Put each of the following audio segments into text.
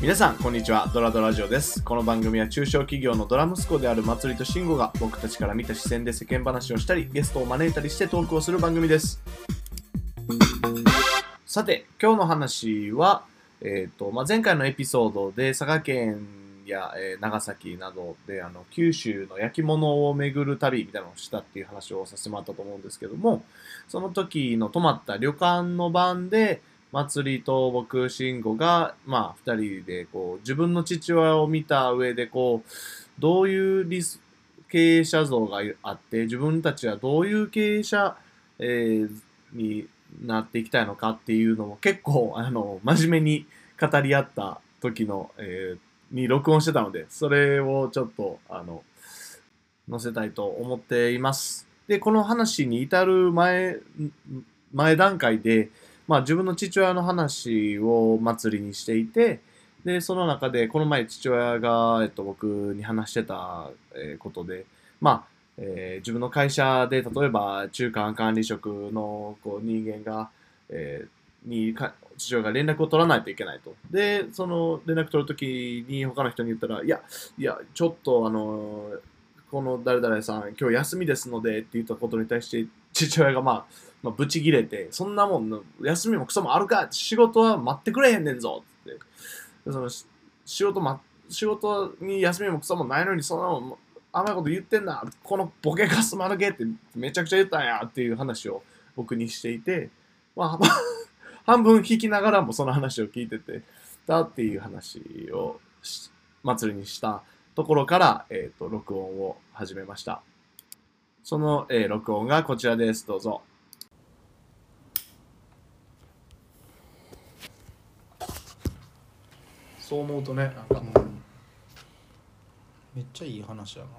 皆さんこんにちは。ドラドラジオです。この番組は中小企業のドラ息子であるまつりとしんごが僕たちから見た視線で世間話をしたりゲストを招いたりしてトークをする番組です。さて今日の話は、前回のエピソードで佐賀県や、長崎などで九州の焼き物を巡る旅みたいなのをしたっていう話をさせてもらったと思うんですけども、その時の泊まった旅館の晩で祭りと僕、慎吾が、二人で、自分の父親を見た上で、どういう経営者像があって、自分たちはどういう経営者、になっていきたいのかっていうのも結構、真面目に語り合った時の、に録音してたので、それをちょっと、載せたいと思っています。で、この話に至る前段階で、自分の父親の話を祭りにしていて、で、その中で、この前父親が、僕に話してた、ことで、自分の会社で、例えば、中間管理職の人間が、父親が連絡を取らないといけないと。で、その連絡取るときに他の人に言ったら、いや、ちょっとこの誰々さん、今日休みですのでって言ったことに対して、父親がブチギレて、そんなもん、休みもクソもあるか、仕事は待ってくれへんねんぞって。その仕事に休みもクソもないのに、そんなもん、甘いこと言ってんな、このボケカス丸けってめちゃくちゃ言ったんやっていう話を僕にしていて、半分引きながらもその話を聞いてて、だっていう話を祭りにしたところから、録音を始めました。その、録音がこちらです。どうぞ。そう思うとね、なんか、 めっちゃいい話やな。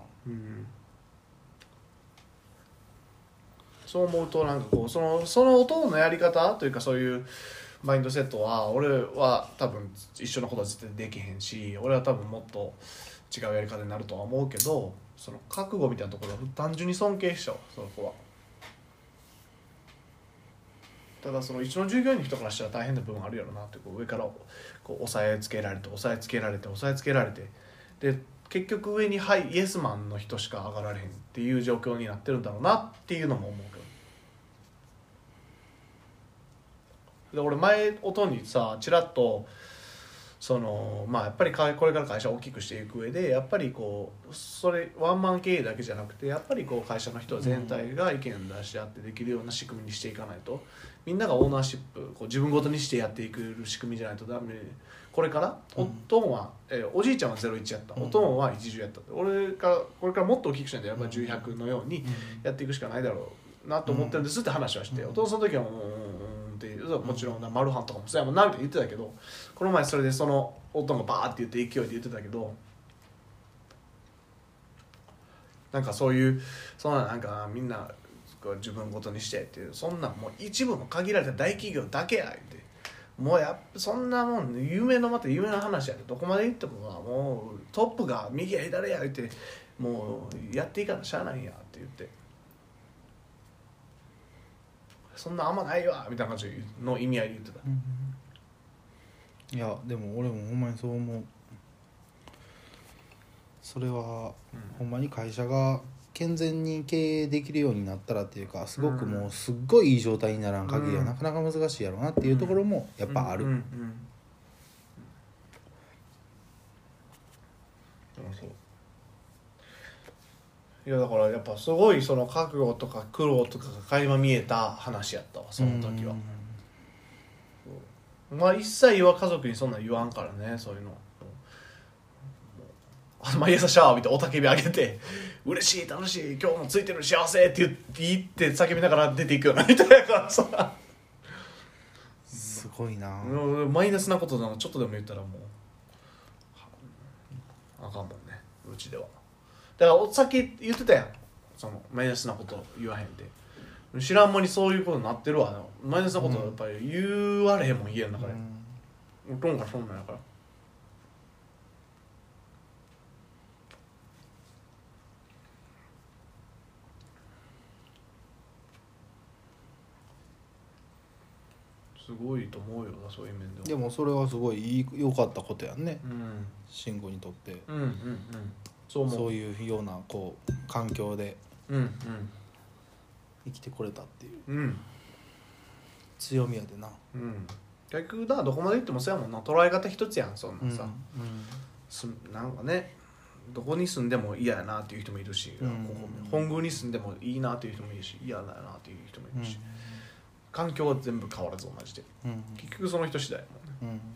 そう思うとなんかその音のやり方というかそういうマインドセットは俺は多分一緒のことは絶対できへんし、俺は多分もっと違うやり方になるとは思うけど、その覚悟みたいなところは単純に尊敬しちゃう、その子は。ただその一緒の従業員の人からしたら大変な部分あるやろなって、上から押さえつけられてで結局上にイエスマンの人しか上がられへんっていう状況になってるんだろうなっていうのも思うけど。で俺前音にさちらっとやっぱりこれから会社を大きくしていく上でやっぱりそれワンマン経営だけじゃなくてやっぱり会社の人全体が意見出し合ってできるような仕組みにしていかないと、みんながオーナーシップ自分ごとにしてやっていく仕組みじゃないとダメ。これから、おとんは、おじいちゃんは01やった、おとんは10やった、俺からこれからもっと大きくしないとやっぱり10、100のようにやっていくしかないだろうなと思ってるんですって話はして、お父さんの時はっていう、もちろんマルハンとかもそうやもんなみたいに言ってたけど、この前それでその音がバーって言って勢いで言ってたけど、なんかそういうなんかみんな自分ごとにしてっていう、そんなんもう一部の限られた大企業だけやってもうそんなもん夢の話やで、どこまで行ってももうトップが右や左やってもうやっていかなしゃあないんやって言って、そんなあんまないわみたいな感じの意味合いで言ってた。 いやでも俺もほんまにそう思う。それは、ほんまに会社が健全に経営できるようになったらっていうか、すごくもうすっごいいい状態にならん限りはなかなか難しいやろうなっていうところもやっぱある。 いやだからやっぱすごいその覚悟とか苦労とかが垣間見えた話やったわ、その時は。一切家族にそんなん言わんからね、そういうの。毎朝シャワー浴びて雄たけび上げて嬉しい楽しい今日もついてる幸せって言って叫びながら出ていくようなみたいなからさ、 すごいな。 マイナスなことなのちょっとでも言ったらもうあかんもんね、うちでは。だからさっき言ってたやん、そのマイナスなこと言わへんって。知らん間にそういうことになってるわ。マイナスなことやっぱり言われへんもん、家の中で。おとんがそんなんやから。 すごいと思うよな、そういう面では。 でもそれはすごい良かったことやんね、 うん慎吾にとって、 うんうんうん、そう思う。 そういうようなこう環境でうん生きてこれたっていううんうん強みやでな。 うん、結局だからどこまで行ってもそうやもんな、捉え方一つやん、そんなんさ、なんかね、どこに住んでも嫌やなっていう人もいるし、 うんここ本宮に住んでもいいなっていう人もいるし、嫌だよなっていう人もいるし、環境は全部変わらず同じで、結局その人次第やもんね。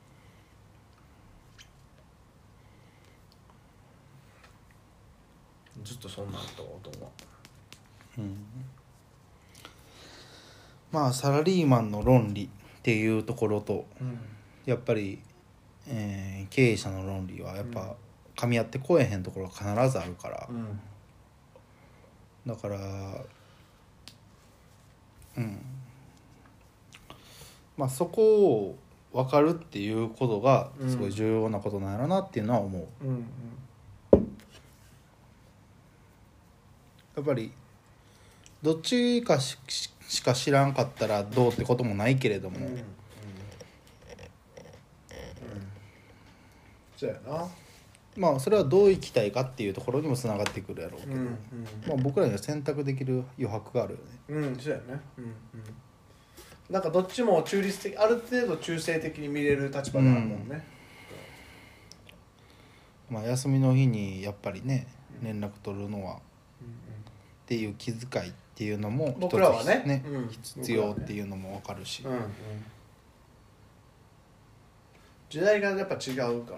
ずっとそんなんだったわと思う。 まあサラリーマンの論理っていうところと、やっぱり、経営者の論理はやっぱ噛み合ってこえへんところが必ずあるから、だからまあそこを分かるっていうことがすごい重要なことなんやろなっていうのは思う。やっぱりどっちかしか知らんかったらどうってこともないけれども、 そうやな。 まあそれはどう生きたいかっていうところにもつながってくるやろうけど、まあ、僕らには選択できる余白があるよね。 そうやね。なんかどっちも中立的、ある程度中性的に見れる立場であるもんね。 まあ休みの日にやっぱりね連絡取るのはっていう気遣いっていうのも一つ僕らはね、 必要っていうのも分かるし、 時代がやっぱ違うからね、なんか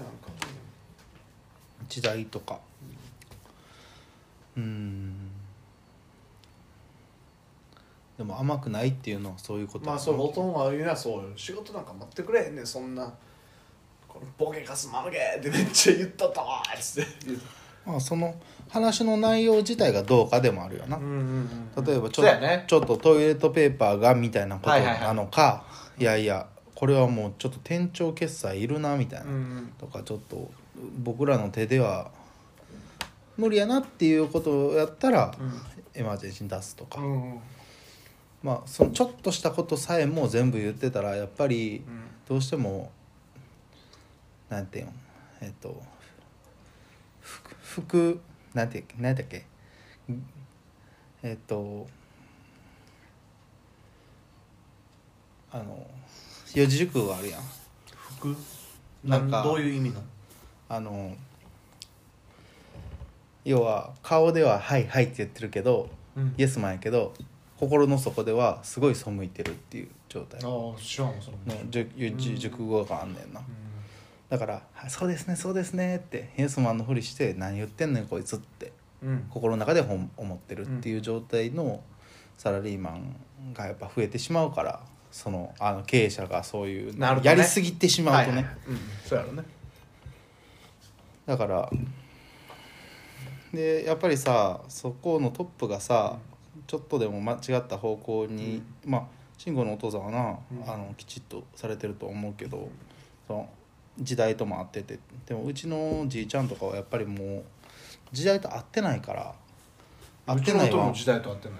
時代とかでも甘くないっていうのはそういうこと。 まあそう、ほとんど言うのはそうよ。仕事なんか待ってくれへんねん、そんなこのボケかすまげってめっちゃ言ったったわっつって、 まあその話の内容自体がどうかでもあるよな。例えばちょっとトイレットペーパーがみたいなことなのか、いやいやこれはもうちょっと店長決済いるなみたいな、とかちょっと僕らの手では無理やなっていうことをやったら、エマージェンシーに出すとか、まあそのちょっとしたことさえも全部言ってたらやっぱりどうしてもなんていうのなんだっけ四字熟語があるやん。 なんかどういう意味の？ 要は顔では「はいはい」って言ってるけど、イエスマンやけど心の底ではすごい背いてるっていう状態の四字熟語があんねんな。だから「そうですねそうですね」ってイエスマンのふりして「何言ってんねんこいつ」って心の中で思ってるっていう状態のサラリーマンがやっぱ増えてしまうから、その経営者がそういうやりすぎてしまうとね。 そうやろね。 だからでやっぱりさ、そこのトップがさ、ちょっとでも間違った方向に、まあ慎吾のお父さんはな、きちっとされてると思うけど、その時代とも合ってて、でもうちのじいちゃんとかはやっぱりもう時代と合ってないから、 合ってないわ。うちの時代と合ってない。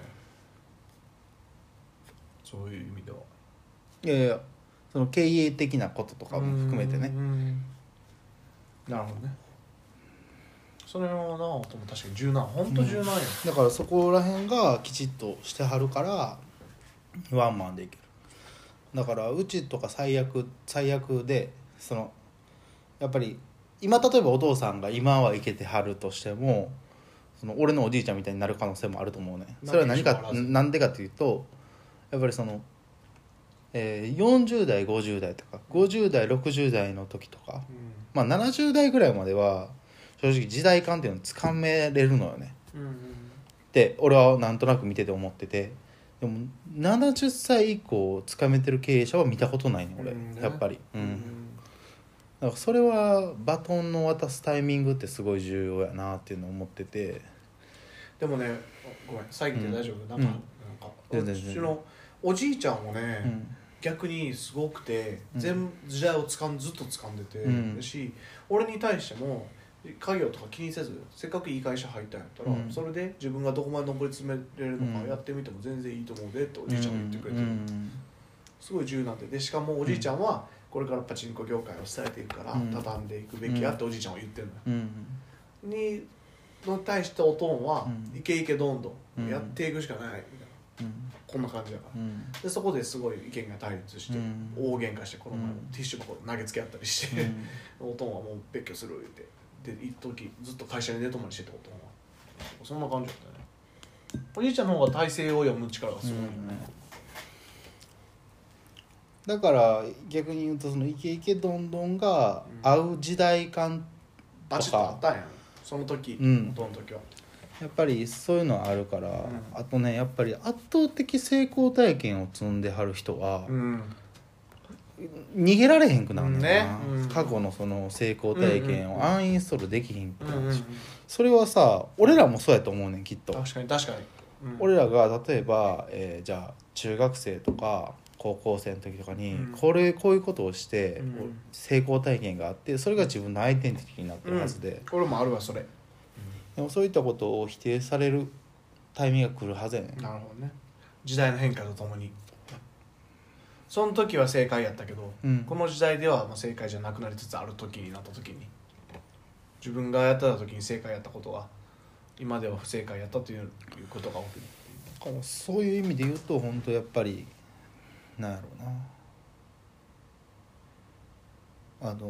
そういう意味では。 いやいや、その経営的なこととかも含めてね。 なるほどね。それはな、確かに柔軟、本当柔軟よ。 だからそこら辺がきちっとしてはるからワンマンでいける。だからうちとか最悪で、そのやっぱり今例えばお父さんが今はいけてはるとしても、その俺のおじいちゃんみたいになる可能性もあると思うね。それはなんでかというと、やっぱりその、40代50代とか50代60代の時とか、まあ70代ぐらいまでは正直時代感っていうのをつかめれるのよね、って俺はなんとなく見てて思ってて。でも70歳以降つかめてる経営者は見たことないね俺、やっぱり。だからそれはバトンの渡すタイミングってすごい重要やなっていうのを思ってて。 でもね、ごめん最近で大丈夫？なんかうちのおじいちゃんもね、逆にすごくて全時代をずっと掴んでて、し俺に対しても家業とか気にせず、せっかくいい会社入ったんやったら、それで自分がどこまで上り詰めれるのかやってみても全然いいと思うでっておじいちゃんが言ってくれてる。 すごい重要なんで、しかもおじいちゃんはこれからパチンコ業界を伝えていくから、畳んでいくべきやっておじいちゃんは言ってるのよ、にの対しておとんは、イケイケどんどんやっていくしかないみたいな、こんな感じだから、でそこですごい意見が対立して、大喧嘩して、この前もティッシュ箱投げつけ合ったりして、おとんはもう別居する言って、で一時ずっと会社に寝泊まりしてたおとんはそんな感じだったね。おじいちゃんの方が体勢を読む力がすごいよね、 だから逆に言うとそのイケイケどんどんが合う時代感バチッとあったんやんその時、おとんの時はやっぱりそういうのはあるから、あとねやっぱり圧倒的成功体験を積んではる人は、逃げられへんくなるんだよな、過去のその成功体験をアンインストールできひんくなるし、それはさ俺らもそうやと思うねんきっと。 確かに確かに、 俺らが例えば、じゃあ中学生とか高校生の時とかに、こういうことをして、成功体験があってそれが自分のアイデンティティになってるはずで、 俺もあるわそれ、 でもそういったことを否定されるタイミングが来るはずやねん。 なるほどね。時代の変化とともにその時は正解やったけど、この時代ではもう正解じゃなくなりつつある時になった時に、自分がやってた時に正解やったことが今では不正解やったということが起きる。 だからそういう意味で言うと本当やっぱりなんやろうな、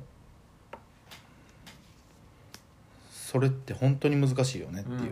それって本当に難しいよねっていう、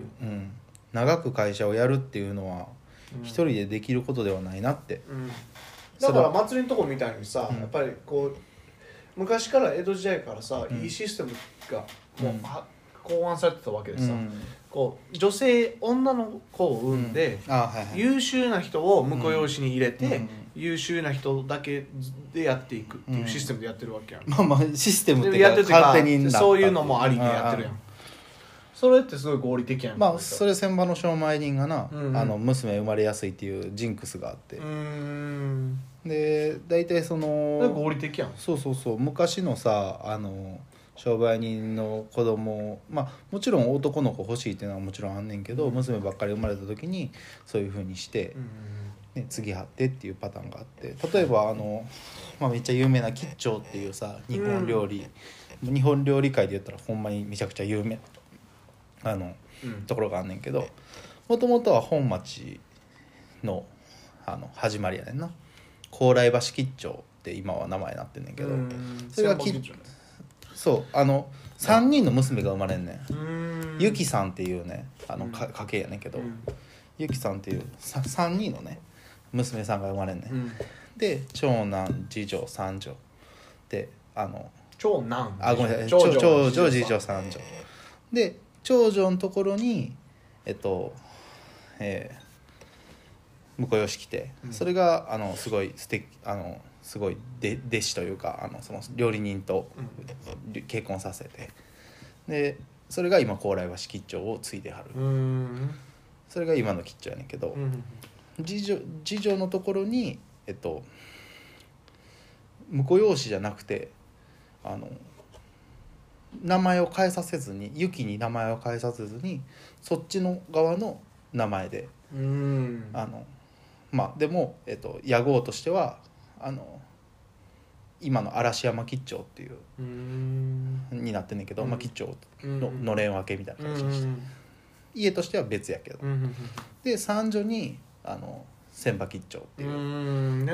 長く会社をやるっていうのは一人でできることではないなって、 だから祭りのとこみたいにさ、やっぱりこう昔から江戸時代からさ、いいシステムがもう、考案されてたわけでさ、こう女の子を産んで、優秀な人を婿養子に入れて、優秀な人だけでやっていくっていうシステムでやってるわけやん、 まあシステムっていうか勝手になったそういうのもありでやってるやん、それってすごい合理的やん。 それ千葉の商売人がな、娘生まれやすいっていうジンクスがあって、で大体その合理的やん。 そう昔のさ商売人の子供、もちろん男の子欲しいっていうのはもちろんあんねんけど、娘ばっかり生まれた時にそういう風にして、継ぎはってっていうパターンがあって、例えばめっちゃ有名な吉兆っていうさ日本料理、日本料理界で言ったらほんまにめちゃくちゃ有名ところがあんねんけど、もともとは本町の始まりやねんな。高麗橋吉兆って今は名前になってんねんけど、それがそう3人の娘が生まれんねん。ゆきさんっていうね家系やねんけど、ゆきさんっていう3人のね娘さんが生まれんねん、で長男次女三女で長男ごめんなさい、長女次女三女で、長女のところに婿養子来て、それがすごい素敵すごい弟子というかその料理人と結婚させて、でそれが今高麗橋吉兆を継いではる。それが今の吉兆やねんけど、次女のところに婿養子じゃなくて名前を変えさせずに、ゆきに名前を変えさせずにそっちの側の名前で、でも屋号としては今の嵐山吉兆っていうになってんねんけど、吉兆ののれん分けみたいな形にして、家としては別やけど、で三女に千葉吉兆っていう、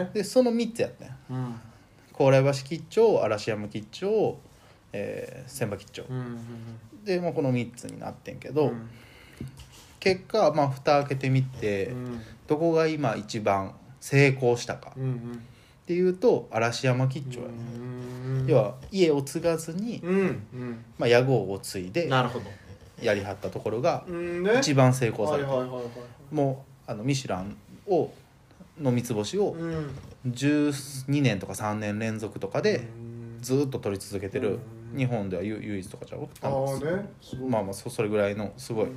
でその3つやったんや、高麗橋吉兆、嵐山吉兆、千葉吉兆、で、この3つになってんけど、結果蓋開けてみて、どこが今一番成功したかっていうと嵐山吉兆やね、要は家を継がずに、屋号を継いでやりはったところが一番成功された。もうミシュランの三つ星を12年とか3年連続とかでずっと取り続けてる、日本では唯一とかちゃう？それぐらいのすごい、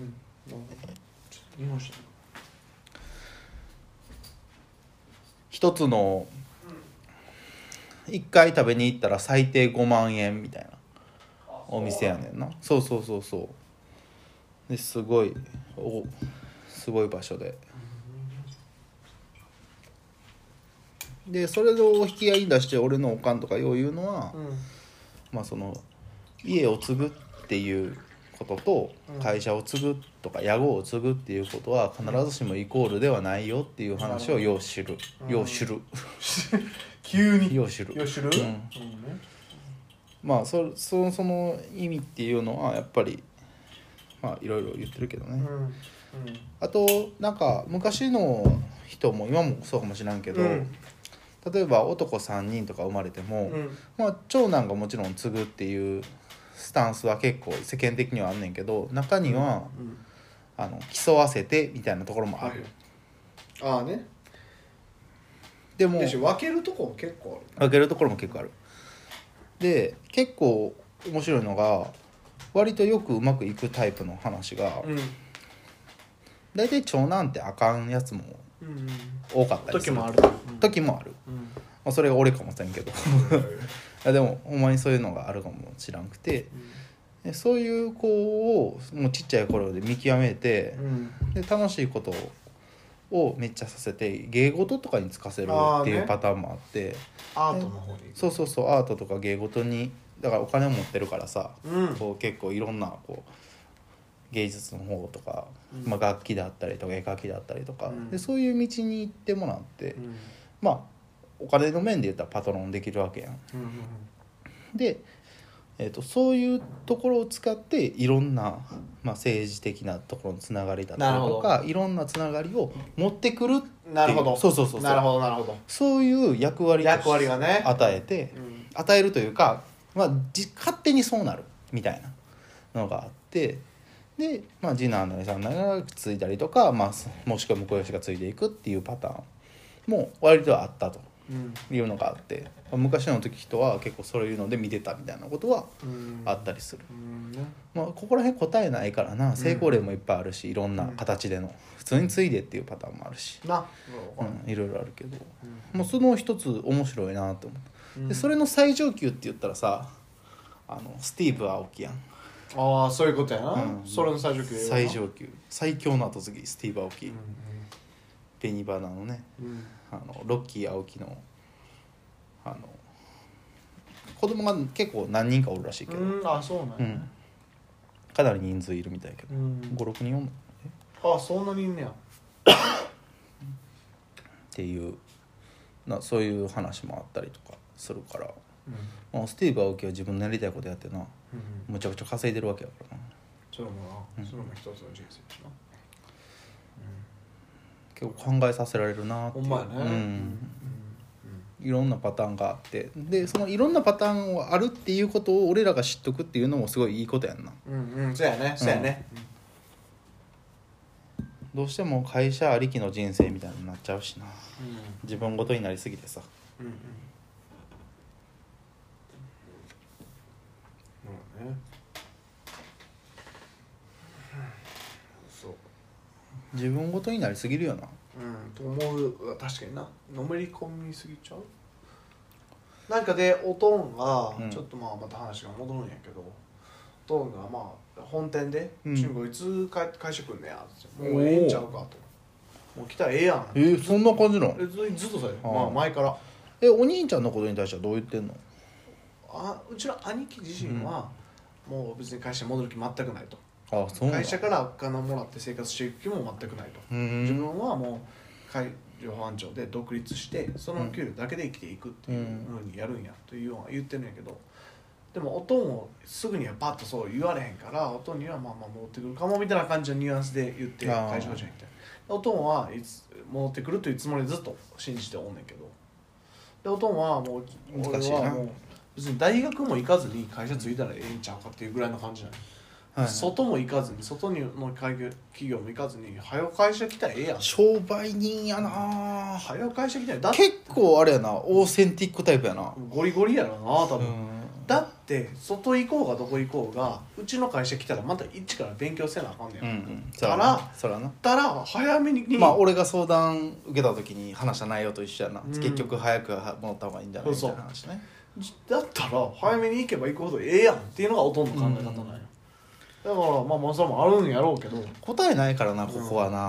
一つの1回食べに行ったら最低5万円みたいなお店やねんな。そうですごい場所で、 でそれを引き合いに出して俺のおかんとかよう言うのは、まあその家を継ぐっていうことと会社を継ぐとか屋号を継ぐっていうことは必ずしもイコールではないよっていう話をよう知る、よう知る急によう知る、まあその意味っていうのはやっぱりまあいろいろ言ってるけどね、あとなんか昔の人も今もそうかもしれんけど、例えば男3人とか生まれても、まあ、長男がもちろん継ぐっていうスタンスは結構世間的にはあんねんけど中には、競わせてみたいなところもある、 ああね。 でも分けるところも結構ある。 分けるところも結構ある。で結構面白いのが割とよくうまくいくタイプの話が、大体長男ってあかんやつも多かったりする時もある、まあ、それが俺かもしれんけどでもほんまにそういうのがあるかもしらんくて、でそういう子をもうちっちゃい頃で見極めて、で楽しいことをめっちゃさせて芸事とかにつかせるっていうパターンもあって、 アートの方にそうアートとか芸事にだからお金を持ってるからさ、こう結構いろんなこう芸術の方とか、まあ、楽器だったりとか絵描きだったりとか、でそういう道に行ってもらって、まあお金の面で言ったらパトロンできるわけやん、で、そういうところを使っていろんな、まあ、政治的なところのつながりだったりとかいろんなつながりを持ってくるっていう、 なるほどそうなるほどそういう役割を与えて、与えるというか、まあ、勝手にそうなるみたいなのがあって、で、まあ、次男なり三男がついたりとか、まあ、もしくは婿養子がついていくっていうパターンも割とあったというのがあって、昔の時人は結構そういうので見てたみたいなことはあったりする、まあ、ここら辺答えないからな、成功例もいっぱいあるしいろんな形での普通についでっていうパターンもあるし、いろいろあるけど、もうその一つ面白いなと思って、でそれの最上級って言ったらさスティーブ・アオキやん。 ああそういうことやな、それの最上級最強の後継ぎスティーブ・アオキ、紅花のね、ロッキー・アオキの子供が結構何人かおるらしいけど、 あそうなんや、 かなり人数いるみたいけど、56人おんの。 あそんなにいんねやっていうそういう話もあったりとかするから、まあ、スティーブ・アオキは自分のやりたいことやってな、むちゃくちゃ稼いでるわけやからな。 それも一つの人生だしな、 結構考えさせられるなっていう。 ほんまやね、 いろんなパターンがあって、でそのいろんなパターンがあるっていうことを俺らが知っとくっていうのもすごいいいことやんな。 そうやねそうやね、 どうしても会社ありきの人生みたいになっちゃうしな、自分ごとになりすぎてさ、 そう自分ごとになりすぎるよな、 と思う。確かにな、のめり込みすぎちゃう。なんかでおとんが、ちょっとまた話が戻るんやけど、おとんがまあ本店で「慎吾いつ会社来んねや」って「もうええんちゃうか」と「もう来たらええやん」 そんな感じなの？ ずっとさ、まあ前から。 お兄ちゃんのことに対してはどう言ってんの？ うちの兄貴自身は、もう別に会社に戻る気全くないと。 そう会社からお金をもらって生活していく気も全くないと。自分はもう海上保安庁で独立してその給料だけで生きていくっていうふうにやるんやというような言ってるんやけど、でもおとんをすぐにはパッとそう言われへんから、おとんにはまあ戻ってくるかもみたいな感じのニュアンスで言って会社保安庁に来て、おとんはいつ戻ってくるというつもりでずっと信じておんねんけど、でおとんはもう難しいな、 俺はもう別に大学も行かずに会社着いたらええんちゃうかっていうぐらいの感じなの。外も行かずに、外の企業も行かずに、早く会社来たらええやん。 商売人やな。 早く会社来たら結構あれやな、オーセンティックタイプやな。 ゴリゴリやろな多分。だって外行こうがどこ行こうが、うちの会社来たらまた一から勉強せなあかんねん。たら早めに。 まあ俺が相談受けた時に話した内容と一緒やな、結局早く戻った方がいいんじゃないみたいな話ね。 だったら早めに行けば行くほどええやんっていうのがほとんど考え方なんよ。だからまあそれもあるんやろうけど、 答えないからなここはな。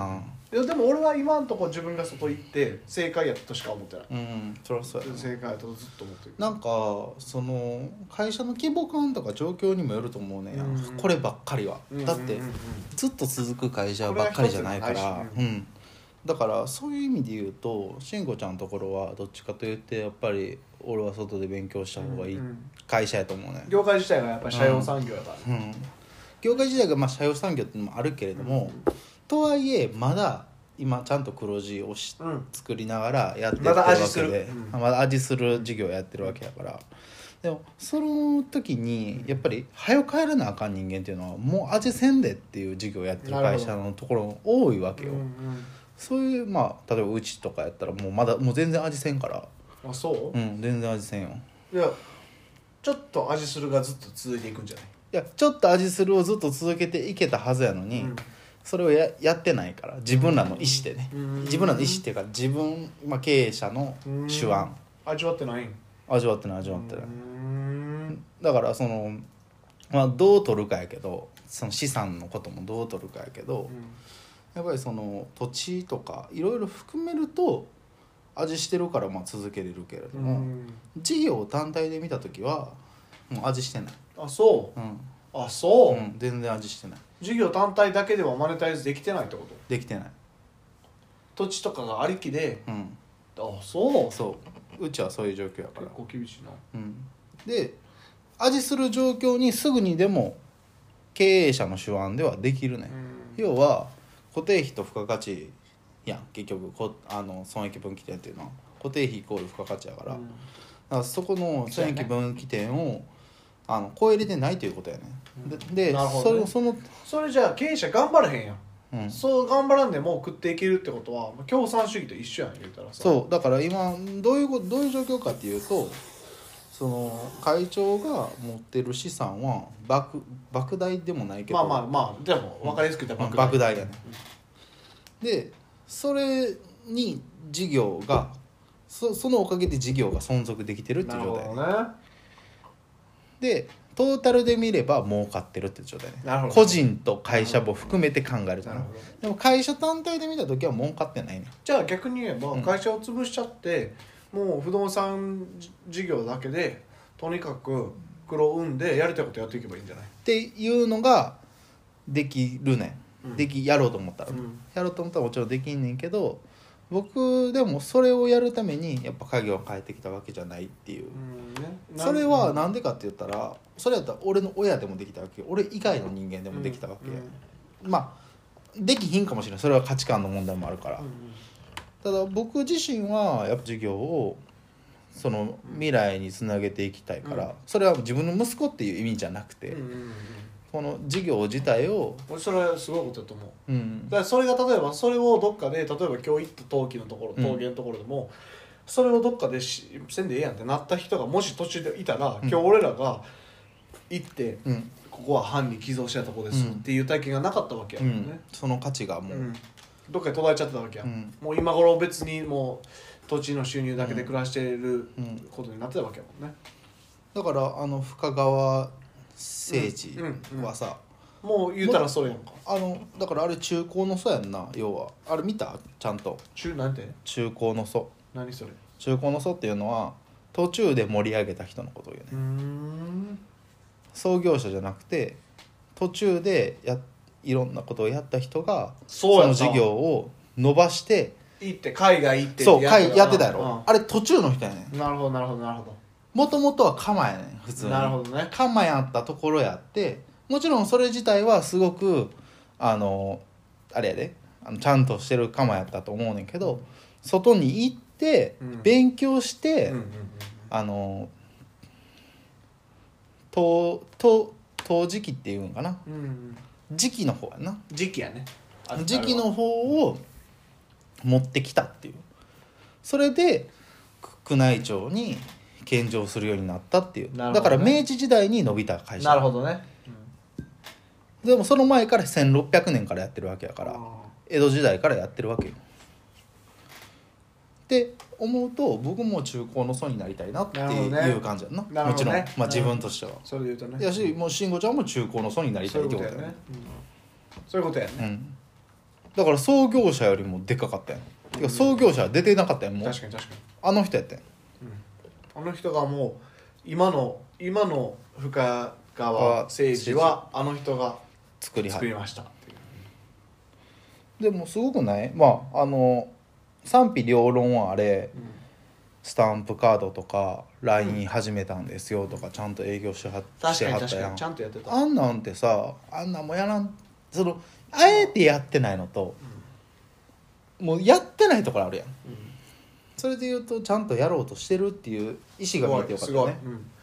いやでも俺は今のところ自分が外行って正解やったとしか思ってない。 そりゃそうやな。 正解やったとずっと思ってる。 なんかその会社の規模感とか状況にもよると思うねん、こればっかりは、だってずっと続く会社ばっかりじゃないから、だからそういう意味で言うと慎吾ちゃんのところはどっちかというとやっぱり俺は外で勉強した方がいい会社やと思うね、 業界自体がやっぱり社用産業やから、 業界自体がまあ社用産業っていうのもあるけれども、とはいえまだ今ちゃんと黒字を作りながらやってるわけで、まだ味する事業をやってるわけやから、でもその時にやっぱり早く帰らなあかん人間っていうのはもう味せんでっていう事業をやってる会社のところ多いわけよ、そういうまあ例えばうちとかやったらもう全然味せんから。 あ、そう？ 全然味せんよ。 いやちょっと味するがずっと続いていくんじゃない？ いやちょっと味するをずっと続けていけたはずやのに、それをやってないから自分らの意思でね、自分らの意思っていうか自分、経営者の手腕味わってないん？ 味わってないだからその、どう取るかやけどその資産のこともどう取るかやけど、やっぱりその土地とかいろいろ含めると味してるから続けれるけれども、事業単体で見た時はもう味してない。 あ、そう、あ、そう、 全然味してない。 事業単体だけではマネタイズできてないってこと？ できてない。 土地とかがありきで、あ、 そううちはそういう状況やから結構厳しいな、 で味する状況にすぐにでも経営者の手腕ではできるね、要は固定費と付加価値やん結局損益分岐点っていうのは固定費イコール付加価値やから、だからそこの損益分岐点を超えれてないということやね、でなるほどね、それじゃあ経営者頑張れへんやん、そう頑張らんでも食っていけるってことは共産主義と一緒やん言うたらさ。 そうだから今どういう状況かっていうと、その会長が持ってる資産は莫大でもないけどでも分かりやすく言ったら莫大やね、でそれに事業がそのおかげで事業が存続できてるっていう状態、でトータルで見れば儲かってるって状態ね。個人と会社も含めて考えるとね。でも会社単体で見た時は儲かってないね。 じゃあ逆に言えば会社を潰しちゃって、もう不動産事業だけでとにかく黒生んでやりたいことやっていけばいいんじゃないっていうのができるね、やろうと思ったら、やろうと思ったらもちろんできんねんけど、僕でもそれをやるためにやっぱ家業を変えてきたわけじゃないっていう、それはなんでかって言ったら、それやったら俺の親でもできたわけ、俺以外の人間でもできたわけ、できひんかもしれない、それは価値観の問題もあるから、ただ僕自身はやっぱ事業をその未来につなげていきたいから、それは自分の息子っていう意味じゃなくて、この事業自体をそれはすごいことだと思う、だからそれが例えばそれをどっかで例えば今日行った陶器のところ陶芸のところでも、それをどっかでせんでええやんってなった人がもし途中でいたら、今日俺らが行って、ここは藩に寄贈したとこですっていう体験がなかったわけやもんね、 その価値がもう、 どっかに途絶えちゃってたわけや、もう今頃別にもう土地の収入だけで暮らしていることになってたわけやもんね、 だから深川聖地はさ、 もう言うたらそうやんか、 だからあれ中高の祖やんな、要はあれ見たちゃんとなんて中高の祖、 何それ、 中高の祖っていうのは途中で盛り上げた人のことを言うね、創業者じゃなくて途中でいろんなことをやった人がその事業を伸ばして行って海外行ってやってたやろ、あれ途中の人やねん。 なるほどなるほどなるほど、 もともとは鎌やねん普通に。 なるほどね、 鎌やったところやって、もちろんそれ自体はすごくあれやでちゃんとしてる鎌やったと思うねんけど、外に行って勉強して、陶磁器っていうんかな、磁器の方やな、 時期やね、 磁器の方を持ってきたっていう、それで宮内庁に献上するようになったっていう、だから明治時代に伸びた会社。 なるほどね、 でもその前から1600年からやってるわけやから、江戸時代からやってるわけよって思うと、僕も中高の祖になりたいなっていう感じやんな、もちろん、自分としてはそれで言うとね、 やし、もう慎吾ちゃんも中高の祖になりたいってことやね、 そういうことやね、 だから創業者よりもでかかったやん、てか創業者は出てなかったやん、もう確かに確かに、 あの人やったやん。 あの人がもう今の深川誠司はあの人が作りましたっていう。 でもすごくない？賛否両論はあれ、スタンプカードとか LINE 始めたんですよとかちゃんと営業してはったやん。 ちゃんとやってた。 あんなんてさ、あんなんもやらん、あえてやってないのと、もうやってないところあるやん。それで言うとちゃんとやろうとしてるっていう意思が見えてよかったね。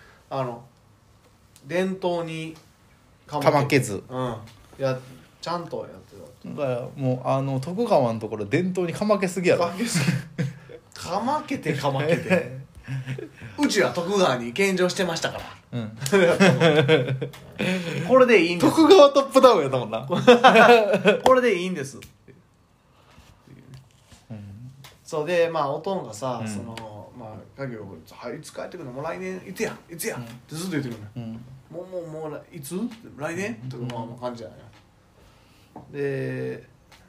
伝統にかまけず、 ちゃんとやってた。だからもう徳川のところ伝統にかまけすぎやろ。 かまけてうちは徳川に献上してましたから、これでいいんです。 徳川トップダウンやったもんな。 これでいいんです。そうで、おとんがさ、家業いつ帰ってくるの、もう来年いつやってずっと言ってくるのよ。もういつ来年とか感じじゃないよ。で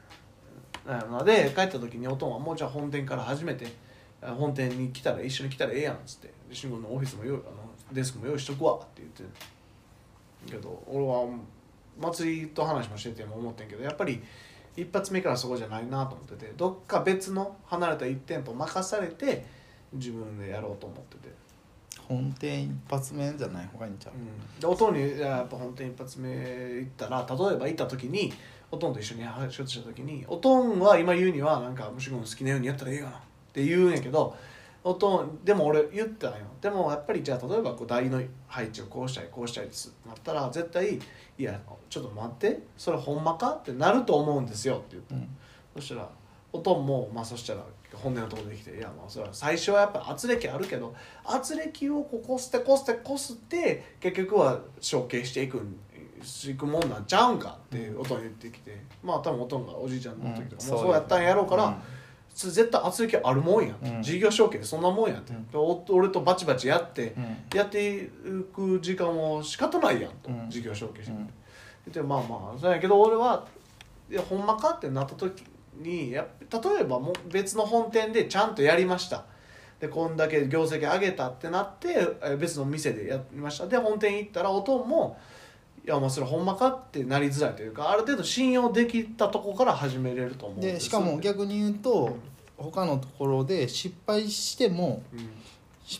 帰った時におとんはもうじゃあ本店から初めて本店に一緒に来たらええやんっつって、慎吾のオフィスもデスクも用意しとくわって言ってるけど、俺は祭りと話もしてても思ってんけど、やっぱり一発目からそこじゃないなと思ってて、どっか別の離れた1店舗任されて自分でやろうと思ってて、 本店一発目じゃない方がいいんちゃう、 でおとんにやっぱ本店一発目行ったら、例えば行った時におとんと一緒に仕事した時に、おとんは今言うにはなんか虫子の好きなようにやったらええかなって言うんやけど、おとんでも俺言ったんよ。でもやっぱりじゃあ例えば台の配置をこうしたいですってなったら、絶対いやちょっと待ってそれほんまかってなると思うんですよって言って、そしたらおとんもそしたら本音のところで来て、いやそれは最初はやっぱ圧力あるけど、圧力をこすって結局は承継していくもんなんちゃうんかっていうおとん言ってきて、多分おとんがおじいちゃんの時とかもそうやったんやろうから、絶対圧力あるもんやん、事業承継でそんなもんやんって、俺とバチバチやって、やっていく時間も仕方ないやんと、事業承継してでそうやけど、俺はいやほんまかってなった時に例えばもう別の本店でちゃんとやりました、でこんだけ業績上げたってなって別の店でやりました、で本店行ったらおとんもいやそれほんまかってなりづらいというか、ある程度信用できたとこから始めれると思うんです。 でしかも逆に言うと、他のところで失敗しても、失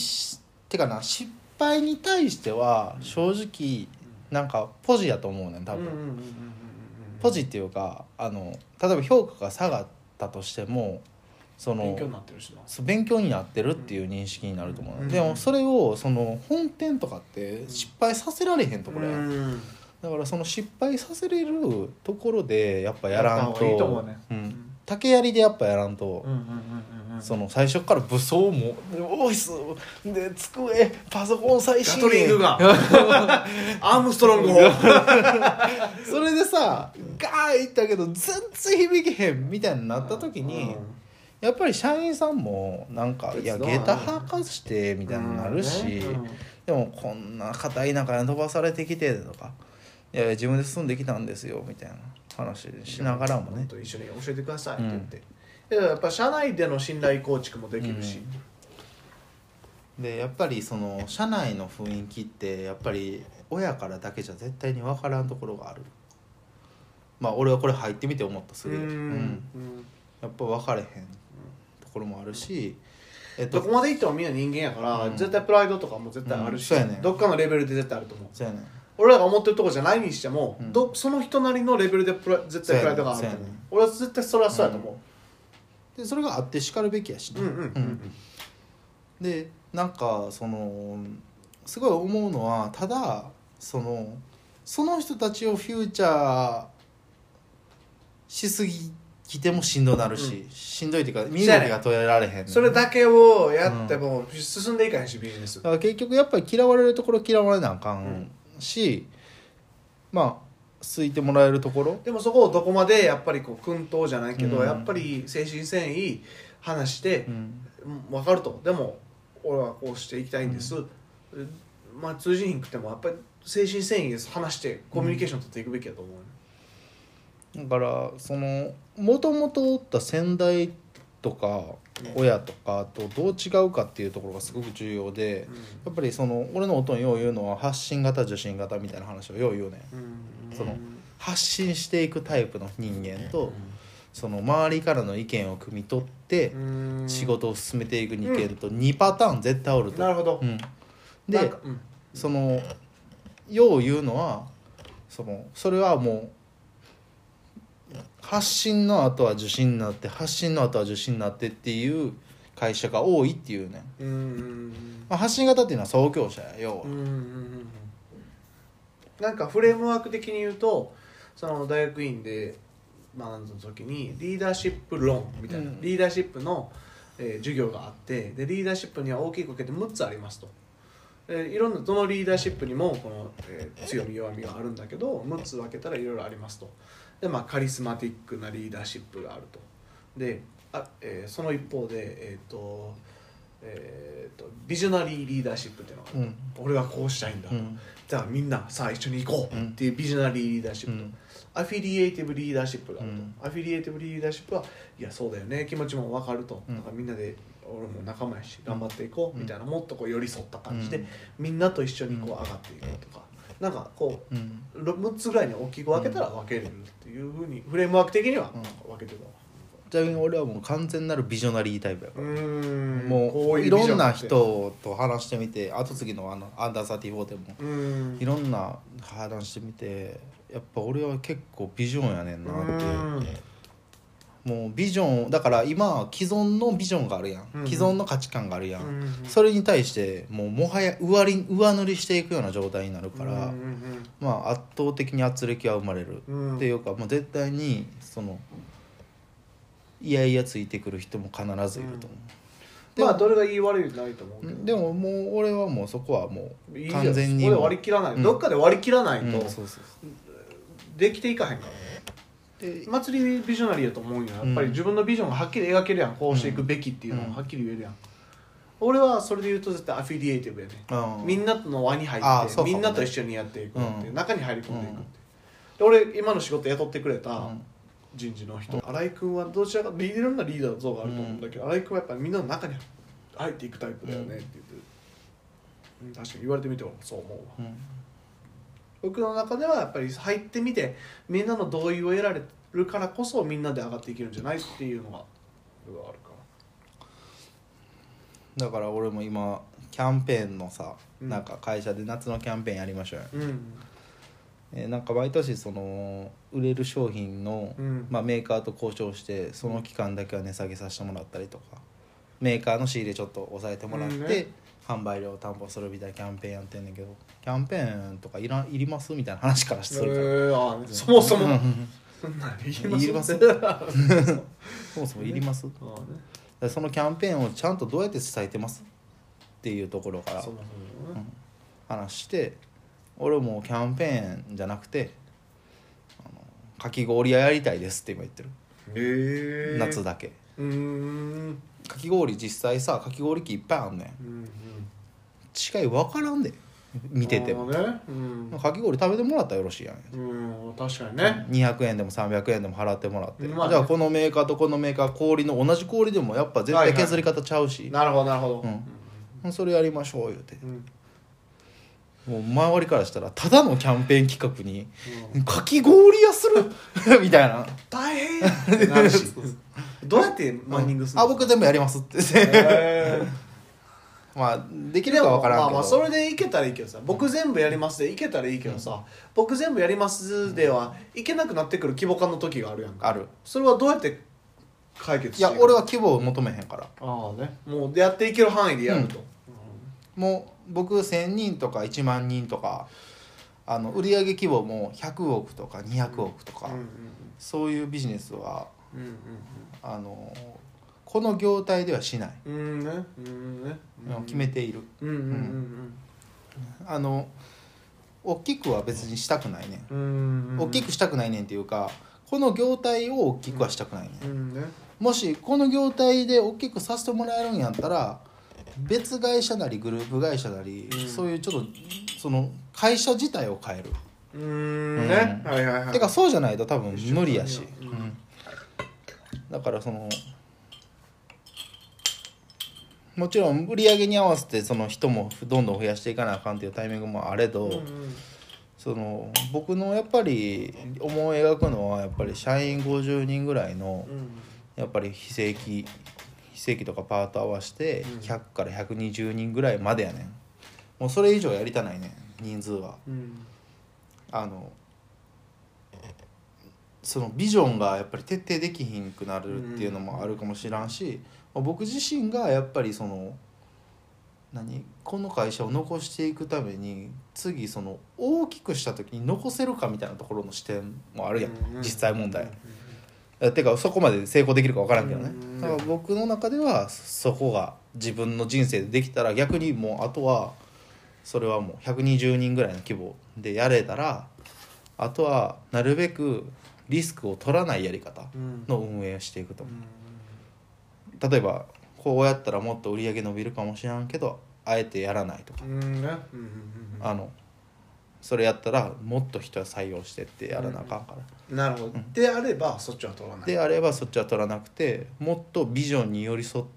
敗に対しては正直なんかポジやと思うねん多分、ポジっていうか例えば評価が下がったとしても勉強になってるしな、 勉強になってるっていう認識になると思う、でもそれを本店とかって失敗させられへんところや、だからその失敗させれるところでやっぱやらんと、 いいと思うね、 竹槍でやっぱやらんと、最初から武装もオフィスで机パソコン最新ガトリングガンアームストロングそれでさガーンいったけど全然響けへんみたいになった時に、やっぱり社員さんもなんかいや下駄履かしてみたいになるし、でもこんな片田舎に飛ばされてきてとか、いや自分で住んできたんですよみたいな話しながらもね、 一緒に教えてくださいって言って、やっぱ社内での信頼構築もできるし、 でやっぱり社内の雰囲気ってやっぱり親からだけじゃ絶対に分からんところがある。俺はこれ入ってみて思ったすげえ、やっぱ分かれへんところもあるし、 どこまでいってもみんな人間やから、絶対プライドとかも絶対あるし、どっかのレベルで絶対あると思う。 そうやね、 俺らが思ってるとこじゃないにしても、その人なりのレベルで絶対プライドがあると思う。俺は絶対それはそうやと思う、 でそれがあってしかるべきやしね、でなんかすごい思うのは、ただその人たちをフューチャーしすぎてもしんどなるし、しんどいっていうか身動きが取られへん、 それだけをやっても進んでいかへんし、ビジネスだから結局やっぱり嫌われるところ嫌われなあかんし、好いてもらえるところでもそこをどこまでやっぱり訓導じゃないけど、やっぱり誠心誠意話して、分かると、でも俺はこうしていきたいんです、通じひんくてもやっぱり誠心誠意で話してコミュニケーション取っていくべきだと思う、 だからそのもともとおった先代とか親とかとどう違うかっていうところがすごく重要で、やっぱりその俺のおとんよう言うのは発信型受信型みたいな話をよう言うね、その発信していくタイプの人間と、その周りからの意見を汲み取って仕事を進めていく人間と2パターン絶対おると。 なるほど。 で、そのよう言うのはそれはもう発信の後は受信になって発信の後は受信になってっていう会社が多いっていうね。発信型っていうのは創業者や要は。 なんかフレームワーク的に言うと、その大学院で学んだ時にリーダーシップ論みたいな、リーダーシップの、授業があって、でリーダーシップには大きく分けて6つありますと。いろんなどのリーダーシップにもこの、強み弱みがあるんだけど6つ分けたらいろいろありますと。でカリスマティックなリーダーシップがあると。でその一方で、ビジョナリーリーダーシップっていうのがあると、俺はこうしたいんだと、じゃあみんなさあ一緒に行こうっていうビジョナリーリーダーシップと、アフィリエイティブリーダーシップがあると、アフィリエイティブリーダーシップはいやそうだよね気持ちも分かると、だからみんなで俺も仲間やし頑張っていこうみたいな、もっとこう寄り添った感じで、みんなと一緒にこう上がっていこうとか、なんかこう、6つぐらいに大きく分けたら分けれるっていうふうにフレームワーク的には分けてたわ。 ちなみに俺はもう完全なるビジョナリータイプやから、 もういろんな人と話してみて、後継ぎのアンダー34でもいろんな話してみて、やっぱ俺は結構ビジョンやねんなって。もうビジョンだから今既存のビジョンがあるやん、既存の価値観があるやん、それに対してもはや上塗りしていくような状態になるから、まあ圧倒的に圧力は生まれる、っていうかもう絶対にそのいやいやついてくる人も必ずいると思う、 まあどれがいい悪いないと思うけど、 でももう俺はもうそこはもういい完全にそこで割り切らない、どっかで割り切らないと、 そうそうできていかへんからね。祭りビジョナリーやと思うんや、やっぱり自分のビジョンがはっきり描けるやん、こうしていくべきっていうのをはっきり言えるやん、俺はそれで言うと絶対アフィリエイティブやね、みんなの輪に入って、みんなと一緒にやっていくっていう、中に入り込んでいくって、で俺今の仕事雇ってくれた人事の人、新井君はどちらかいろんなリーダー像があると思うんだけど、新井君はやっぱりみんなの中に入っていくタイプだよねって言って、確かに言われてみてもそう思うわ、僕の中ではやっぱり入ってみてみんなの同意を得られるからこそみんなで上がっていけるんじゃないっていうのがあるから。 だから俺も今キャンペーンのさ、なんか会社で夏のキャンペーンやりましょうよ、なんか毎年その売れる商品の、メーカーと交渉してその期間だけは値下げさせてもらったりとか、メーカーの仕入れちょっと抑えてもらって、販売量を担保するみたいなキャンペーンやってんだけど、キャンペーンとかいりますみたいな話からするから、 そもそもいりますそもそもいります、そのキャンペーンをちゃんとどうやって伝えてますっていうところから話して、俺もキャンペーンじゃなくてかき氷屋やりたいですって今言ってる、夏だけ。かき氷実際さ、かき氷機いっぱいあんねん、違い分からんで見てても、かき氷食べてもらったらよろしいやん、 確かにね、 200円でも300円でも払ってもらって、じゃあこのメーカーとこのメーカー氷の同じ氷でもやっぱ絶対削り方ちゃうし、 なるほどなるほど、それやりましょう言うて、もう周りからしたらただのキャンペーン企画に、かき氷屋するみたいな、 大変やってなるしどうやってマンニングするの？ 僕全部やりますってまあできるか分からんけど、 それでいけたらいいけどさ、僕全部やりますでいけたらいいけどさ、僕全部やりますではいけなくなってくる規模感の時があるやんか。 ある。 それはどうやって解決していくの？ いや俺は規模を求めへんから、 もうやっていける範囲でやると、 もう僕1000人とか1万人とか売上規模も100億とか200億とか、そういうビジネスは、この業態ではしない、決めている、大きくは別にしたくないねん、大きくしたくないねんっていうか、この業態を大きくはしたくないねん、もしこの業態で大きくさせてもらえるんやったら別会社なりグループ会社なり、そういうちょっとその会社自体を変える、 ね、はいはいはい。 てかそうじゃないと多分無理やし、 うんだからそのもちろん売り上げに合わせてその人もどんどん増やしていかなあかんっていうタイミングもあれど、その僕のやっぱり思い描くのはやっぱり社員50人ぐらいのやっぱり非正規とかパート合わせて100から120人ぐらいまでやねん。もうそれ以上やりたないねん、人数は。そのビジョンがやっぱり徹底できひんくなるっていうのもあるかもしらんし、僕自身がやっぱりそのこの会社を残していくために次その大きくした時に残せるかみたいなところの視点もあるやん、実際問題。てかそこまで成功できるか分からんけどね。だから僕の中ではそこが自分の人生でできたら逆にもうあとはそれはもう120人ぐらいの規模でやれたらあとはなるべくリスクを取らないやり方の運営をしていくと思う。例えばこうやったらもっと売り上げ伸びるかもしれんけどあえてやらないとか、それやったらもっと人は採用してってやらなあかんから、 なるほど、であればそっちは取らない、 であればそっちは取らなくてもっとビジョンに寄り添った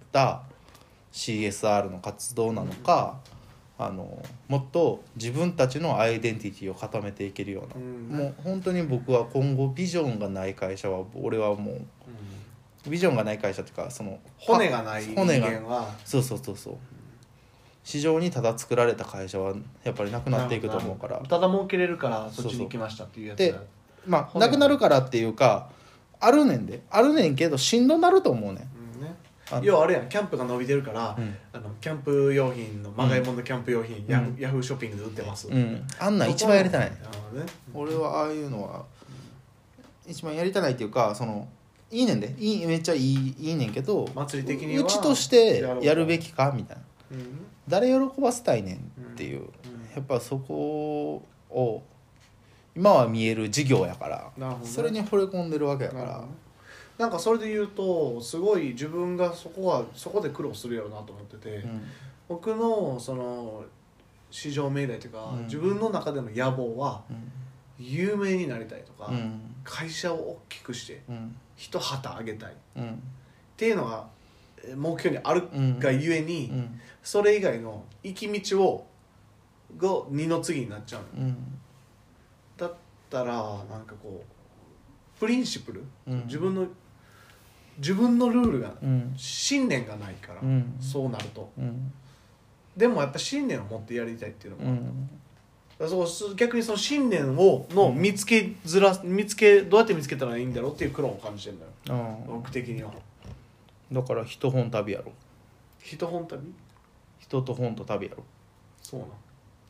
CSR の活動なのか、もっと自分たちのアイデンティティを固めていけるような、もう本当に僕は今後ビジョンがない会社は俺はもう、ビジョンがない会社っていうかその骨がない人間はそう市場にただ作られた会社はやっぱりなくなっていくと思うから、 ただ儲けれるからそっちに行きましたっていうやつでまあなくなるからっていうかあるねんけどしんどなると思うねん。 要はあれやん、キャンプが伸びてるから、キャンプ用品のまがいもんのキャンプ用品、ヤフーショッピングで売ってます、 あんなん一番やりたない、俺はああいうのは一番やりたないっていうかそのいいねんでめっちゃいいねんけど祭り的にはうちとしてやるべきかみたいな、誰喜ばせたいねんっていう、やっぱそこを今は見える事業やから、それに惚れ込んでるわけやから、 なんかそれで言うとすごい自分がそこで苦労するやろうなと思ってて、僕のその至上命題というか、自分の中での野望は、有名になりたいとか、会社を大きくして、一旗あげたい、っていうのが目標にあるがゆえに、それ以外の行き道が二の次になっちゃう、だったらなんかこうプリンシプル、自分のルールが、信念がないから、そうなると、でもやっぱ信念を持ってやりたいっていうのもあった、そう逆にその信念をの見つけどうやって見つけたらいいんだろうっていう苦労を感じてるんだよ、僕的には。 だから一本旅やろ。 人本旅？ 人と本と旅やろ。 そうなの？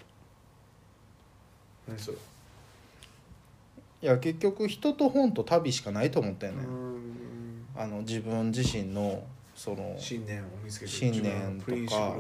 何それ？ いや結局人と本と旅しかないと思ったよね。自分自身のその信念を見つけて信念とか、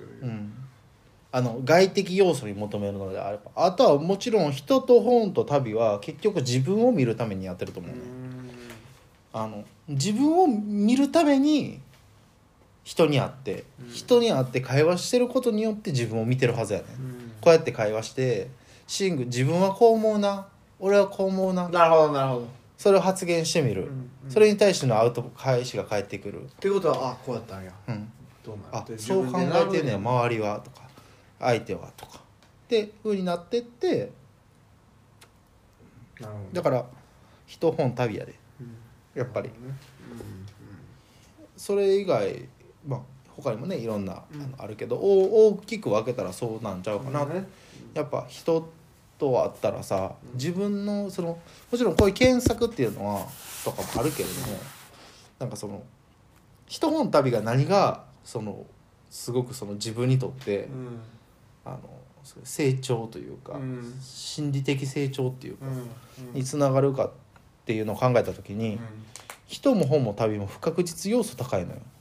う外的要素に求めるのであれば、あとはもちろん人と本と旅は結局自分を見るためにやってると思うね。自分を見るために人に会って会話してることによって自分を見てるはずやね、こうやって会話して自分はこう思うな、俺はこう思うな、 なるほどそれを発言してみる、それに対しての返しが返ってくるっていうことは、こうやったんや、 どうなる、そう考えてんねん周りはとか相手はとかって風になってって、だから人本旅やで、やっぱり、それ以外他にもねいろんなあるけど、大きく分けたらそうなんちゃうかな、やっぱ人と会ったらさ、自分のそのもちろんこういう検索っていうのはとかもあるけれども、なんかその人本旅が何がそのすごくその自分にとって、成長というか、心理的成長っていうか、につながるかっていうのを考えた時に、人も本も旅も不確実要素高いのよ。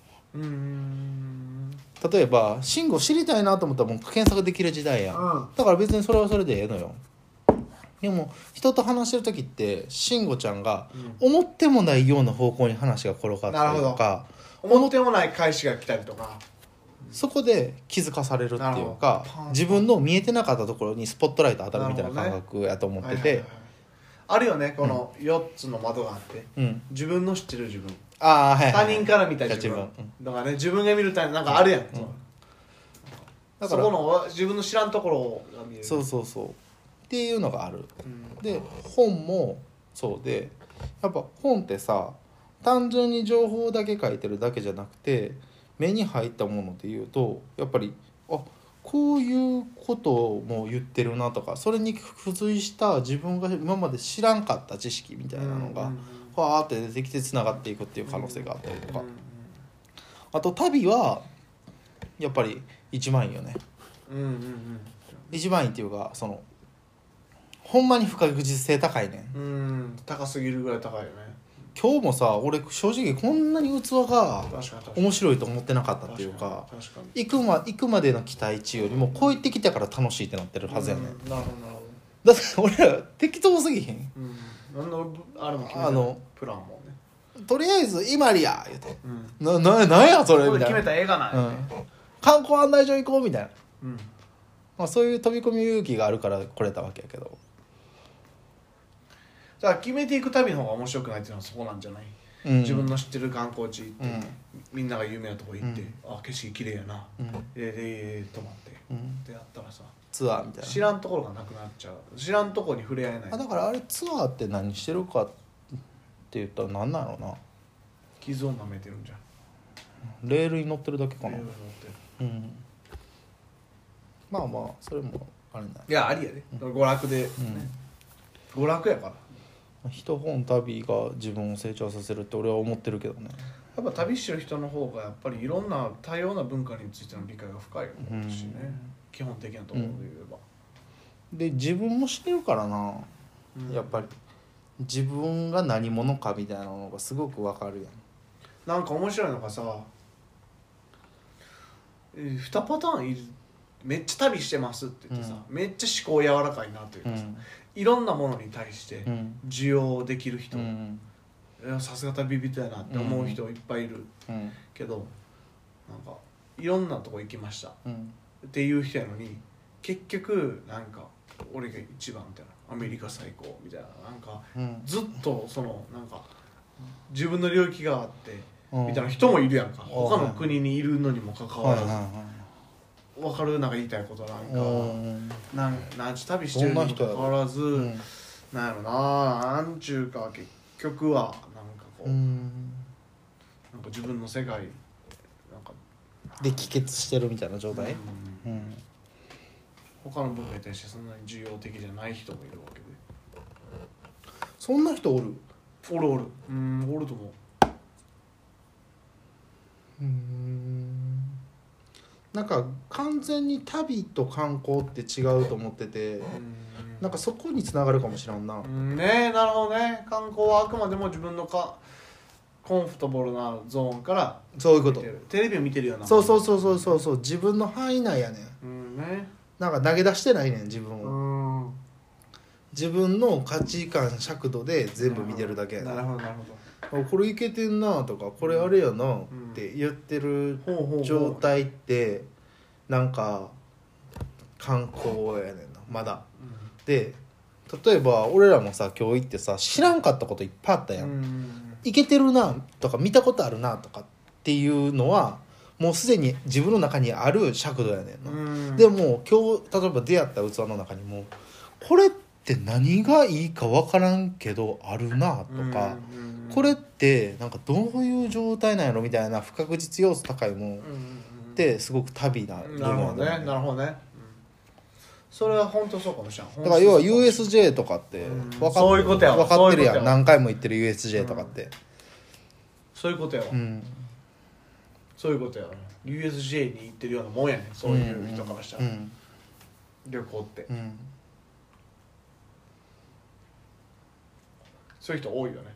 例えば慎吾知りたいなと思ったらもう検索できる時代やん、だから別にそれはそれでええのよ。でも人と話してる時って慎吾ちゃんが思ってもないような方向に話が転がったりとか、 思ってもない返しが来たりとか、 そこで気づかされるっていうかなるほど自分の見えてなかったところにスポットライト当たるみたいな感覚やと思ってて、 あるよねこの4つの窓があって、自分の知ってる自分、他人から見た自分だからね、自分が見るためなんかあるやん、だからそこの自分の知らんところが見える、 そうっていうのがある、で本もそうでやっぱ本ってさ単純に情報だけ書いてるだけじゃなくて目に入ったもので言うとやっぱりこういうことも言ってるなとかそれに付随した自分が今まで知らんかった知識みたいなのがファーって出てきてつながっていくっていう可能性があったりとか、あと旅はやっぱり一番いいよね、一番いいっていうかそのほんまに不確実性高いね高すぎるぐらい高いよね。 今日もさ俺正直こんなに器が面白いと思ってなかったっていうか行くまでの期待値よりも超えてきたから楽しいってなってるはずやね、 なるほどだって俺ら適当すぎひん、 何のあれも決めたプランもねとりあえず今里や言うて、なんやそれみたいな決めた映画ない、 観光案内所行こうみたいな、まあ、そういう飛び込み勇気があるから来れたわけやけど、 じゃあ決めていく旅の方が面白くないっていうのはそこなんじゃない、自分の知ってる観光地行って、みんなが有名なとこ行って、景色綺麗やな、泊まって、ってやったらさツアーみたいな知らんところがなくなっちゃう、知らんところに触れ合えない。 だからあれツアーって何してるかって言ったら何なのな、 傷を舐めてるんじゃん、 レールに乗ってるだけかな、 レールに乗ってる、 まあまあそれもあれない、 いやありやで、娯楽で、娯楽やから一本旅が自分を成長させるって俺は思ってるけどね。 やっぱ旅してる人の方がやっぱりいろんな多様な文化についての理解が深いしね、基本的なところで言えば、 で自分も知れるからな、やっぱり自分が何者かみたいなのがすごくわかるやん。 なんか面白いのがさ、2パターンいる、めっちゃ旅してますって言ってさ、めっちゃ思考柔らかいなというかさ、いろんなものに対して需要できる人、さすが旅人やなって思う人いっぱいいる、けどなんかいろんなとこ行きました、っていう人やのに結局なんか俺が一番みたいな、アメリカ最高みたいな、なんかずっとそのなんか自分の領域があってみたいな人もいるやんか、他の国にいるのにもかかわらず、分かるなんか言いたいことなんかなんち旅してるにもかかわらず、なんやろな、なんちゅうか結局はなんかこう、なんか自分の世界なんかで帰結してるみたいな状態、 他の文化に対してそんなに重要的じゃない人もいるわけで。 そんな人おる？ おるおると思う。 なんか完全に旅と観光って違うと思ってて、なんかそこに繋がるかもしれんな。 ねえ、なるほどね。観光はあくまでも自分のコンフォタブルなゾーンからそういうこと。 テレビを見てるような。 そう自分の範囲内やねん。なんか投げ出してないねん自分を。自分の価値観尺度で全部見てるだけやねん。 なるほどなるほど。 これいけてんなとかこれあれやなって言ってる状態ってなんか観光やねんなまだ、で例えば俺らもさ今日行ってさ知らんかったこといっぱいあったやん、いけてるなとか見たことあるなとかっていうのはもうすでに自分の中にある尺度やねんな、でも今日例えば出会った器の中にもこれって何がいいか分からんけどあるなとか、これってなんかどういう状態なんやろみたいな不確実要素高いもんってすごく旅な部分なるほどね、なるほどね、それは本当そうかもしれん。 だから要は USJ とかって分かってるやん、何回も行ってる USJ とかって、 そういうことやわ、そういうことやわ、 USJ に行ってるようなもんやねん、そういう人からしたら、旅行って、そういう人多いよね。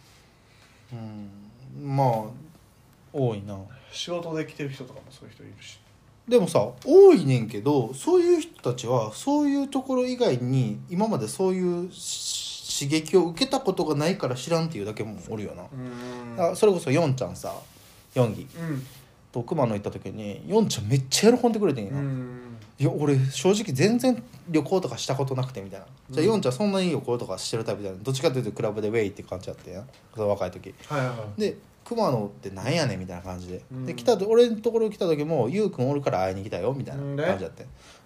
まあ多いな。 仕事で来てる人とかもそういう人いるし。 でもさ多いねんけど、そういう人たちはそういうところ以外に今までそういう刺激を受けたことがないから知らんっていうだけもおるよな。それこそヨンちゃんさ、ヨンギ、 と熊野行った時にヨンちゃんめっちゃ喜んでくれてんよ、いや俺正直全然旅行とかしたことなくてみたいな、じゃあヨンちゃんそんなに旅行とかしてるタイプじゃない、どっちかというとクラブでウェイって感じだったやん、若い時、 はいはいはい、 で熊野ってなんやねんみたいな感じで、で来た俺のところ来た時もゆうくんおるから会いに来たよみたいな感じだって、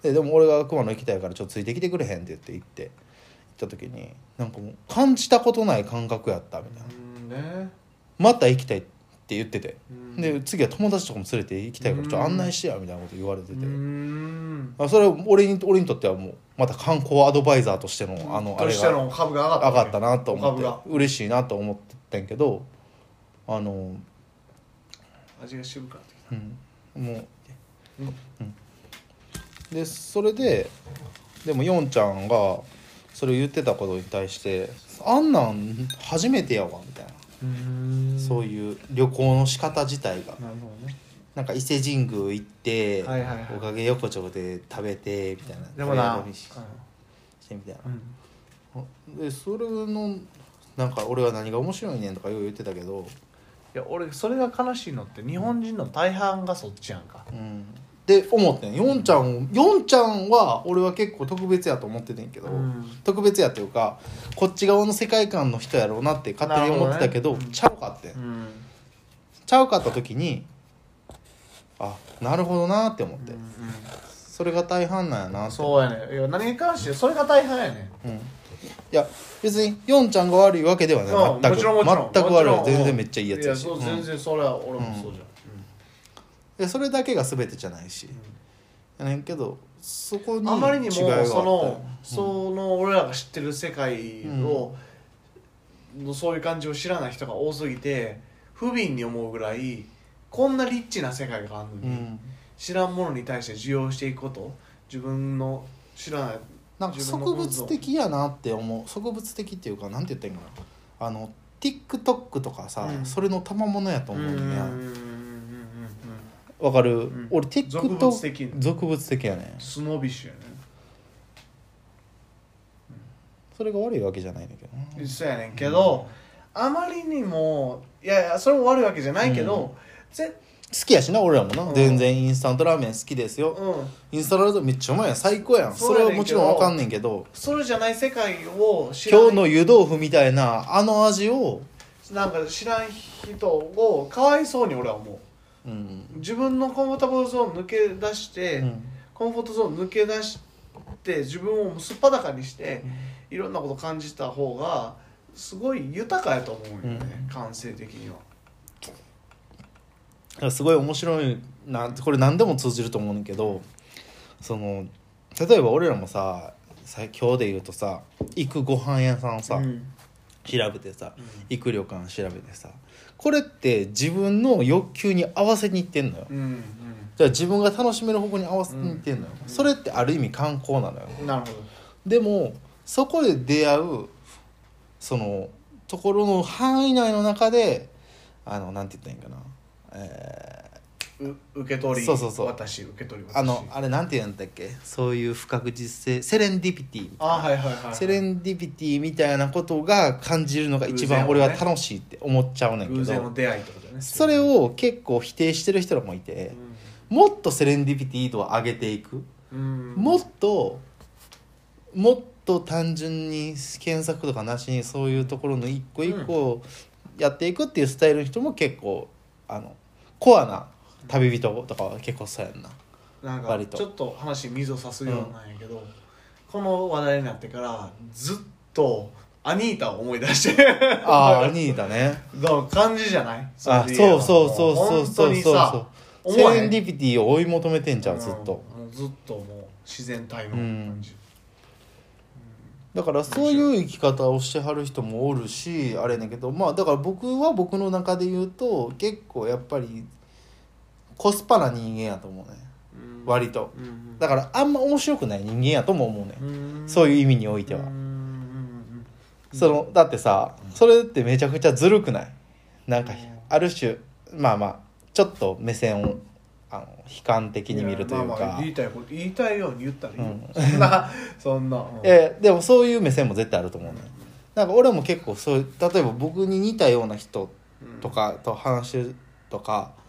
でも俺が熊野行きたいからちょっとついてきてくれへんって言って行った時になんかもう感じたことない感覚やったみたいな、ね、また行きたいって言ってて、で次は友達とかも連れて行きたいからちょっと案内してやみたいなこと言われてて、それは俺にとってはもうまた観光アドバイザーとしてのあれが株が上がったなと思って嬉しいなと思ってたんやけど、 味が渋くなってきた、 もう、でそれででもヨンちゃんがそれを言ってたことに対してあんなん初めてやわみたいな、そういう旅行の仕方自体が、なるほどね、なんか伊勢神宮行って、はいはいはい、おかげ横丁で食べてみたいな、 でもなしてみたいな、でそれのなんか俺は何が面白いねんとかよう言ってたけど、 いや俺それが悲しいのって日本人の大半がそっちやんか、 で思ってん、ヨンちゃんは俺は結構特別やと思っててんけど、特別やっていうかこっち側の世界観の人やろうなって勝手に思ってたけど、ちゃうかってん、ちゃうかった時になるほどなって思って、それが大半なんやなって。 そうやね、いや何に関してそれが大半やね、 いや別にヨンちゃんが悪いわけではない、全く悪い、全然めっちゃいいやつやし、 いや全然それは俺もそうじゃん、 でそれだけが全てじゃないし、やねんけどそこに違いがあまりにもその俺らが知ってる世界を、そういう感じを知らない人が多すぎて不憫に思うぐらいこんなリッチな世界があるのに、知らんものに対して受容していくこと、自分の知らないなんか植物的やなって思う、植物的っていうかなんて言ったらいいかな、TikTok とかさ、それの賜物やと思うんや、わかる、俺 TikTok 俗物的やね、 スノービッシュやね、 それが悪いわけじゃないんだけどな、 そうやねんけど、あまりにもいやそれも悪いわけじゃないけど、 好きやしな俺らもな、全然インスタントラーメン好きですよ、インスタントラーメンめっちゃうまいやん、最高やん、それはもちろんわかんねんけど、 それじゃない世界を知らない、 今日の湯豆腐みたいな味をなんか知らん人をかわいそうに俺は思う、自分のコンフォータブルゾーン抜け出して、コンフォートゾーン抜け出して自分をすっぱだかにして、いろんなこと感じた方がすごい豊かやと思うよね、感性的には。 すごい面白いな、これ何でも通じると思うんだけど、その例えば俺らもさ今日で言うとさ行くご飯屋さんさ、調べてさ、行く旅館調べてさ、これって自分の欲求に合わせに行ってんのよ、じゃあ自分が楽しめる方向に合わせに行ってんのよ、それってある意味観光なのよ。 なるほど。 でもそこで出会うそのところの範囲内の中でなんて言ったらいいんかな、 受け取り、 そう私受け取り、私あれなんて言うんだっけ、そういう不確実性、セレンディピティみたいな、セレンディピティみたいなことが感じるのが一番俺は楽しいって思っちゃうねんけど、 偶然の出会いってことね。 それを結構否定してる人らもいて、もっとセレンディピティ度を上げていく、もっと単純に検索とかなしにそういうところの一個一個をやっていくっていうスタイルの人も結構コアな旅人とかは結構そうやんな。 なんかちょっと話水を差すようなんやけど、この話題になってからずっとアニータを思い出してアニータね感じじゃない？ そうセレンディピティを追い求めてんじゃん、ずっとずっともう自然体の感じ、 だからそういう生き方をしてはる人もおるし、あれやねんけど、まあだから僕は僕の中で言うと結構やっぱりコスパな人間やと思うね、割と、だからあんま面白くない人間やとも思うね、そういう意味においては、だってさ、それってめちゃくちゃずるくない？なんかある種まあちょっと目線を悲観的に見るというか、 言いたいように言ったらいいよ、そんな、 でもそういう目線も絶対あると思うね、なんか俺も結構そういう、例えば僕に似たような人とかと話してるとか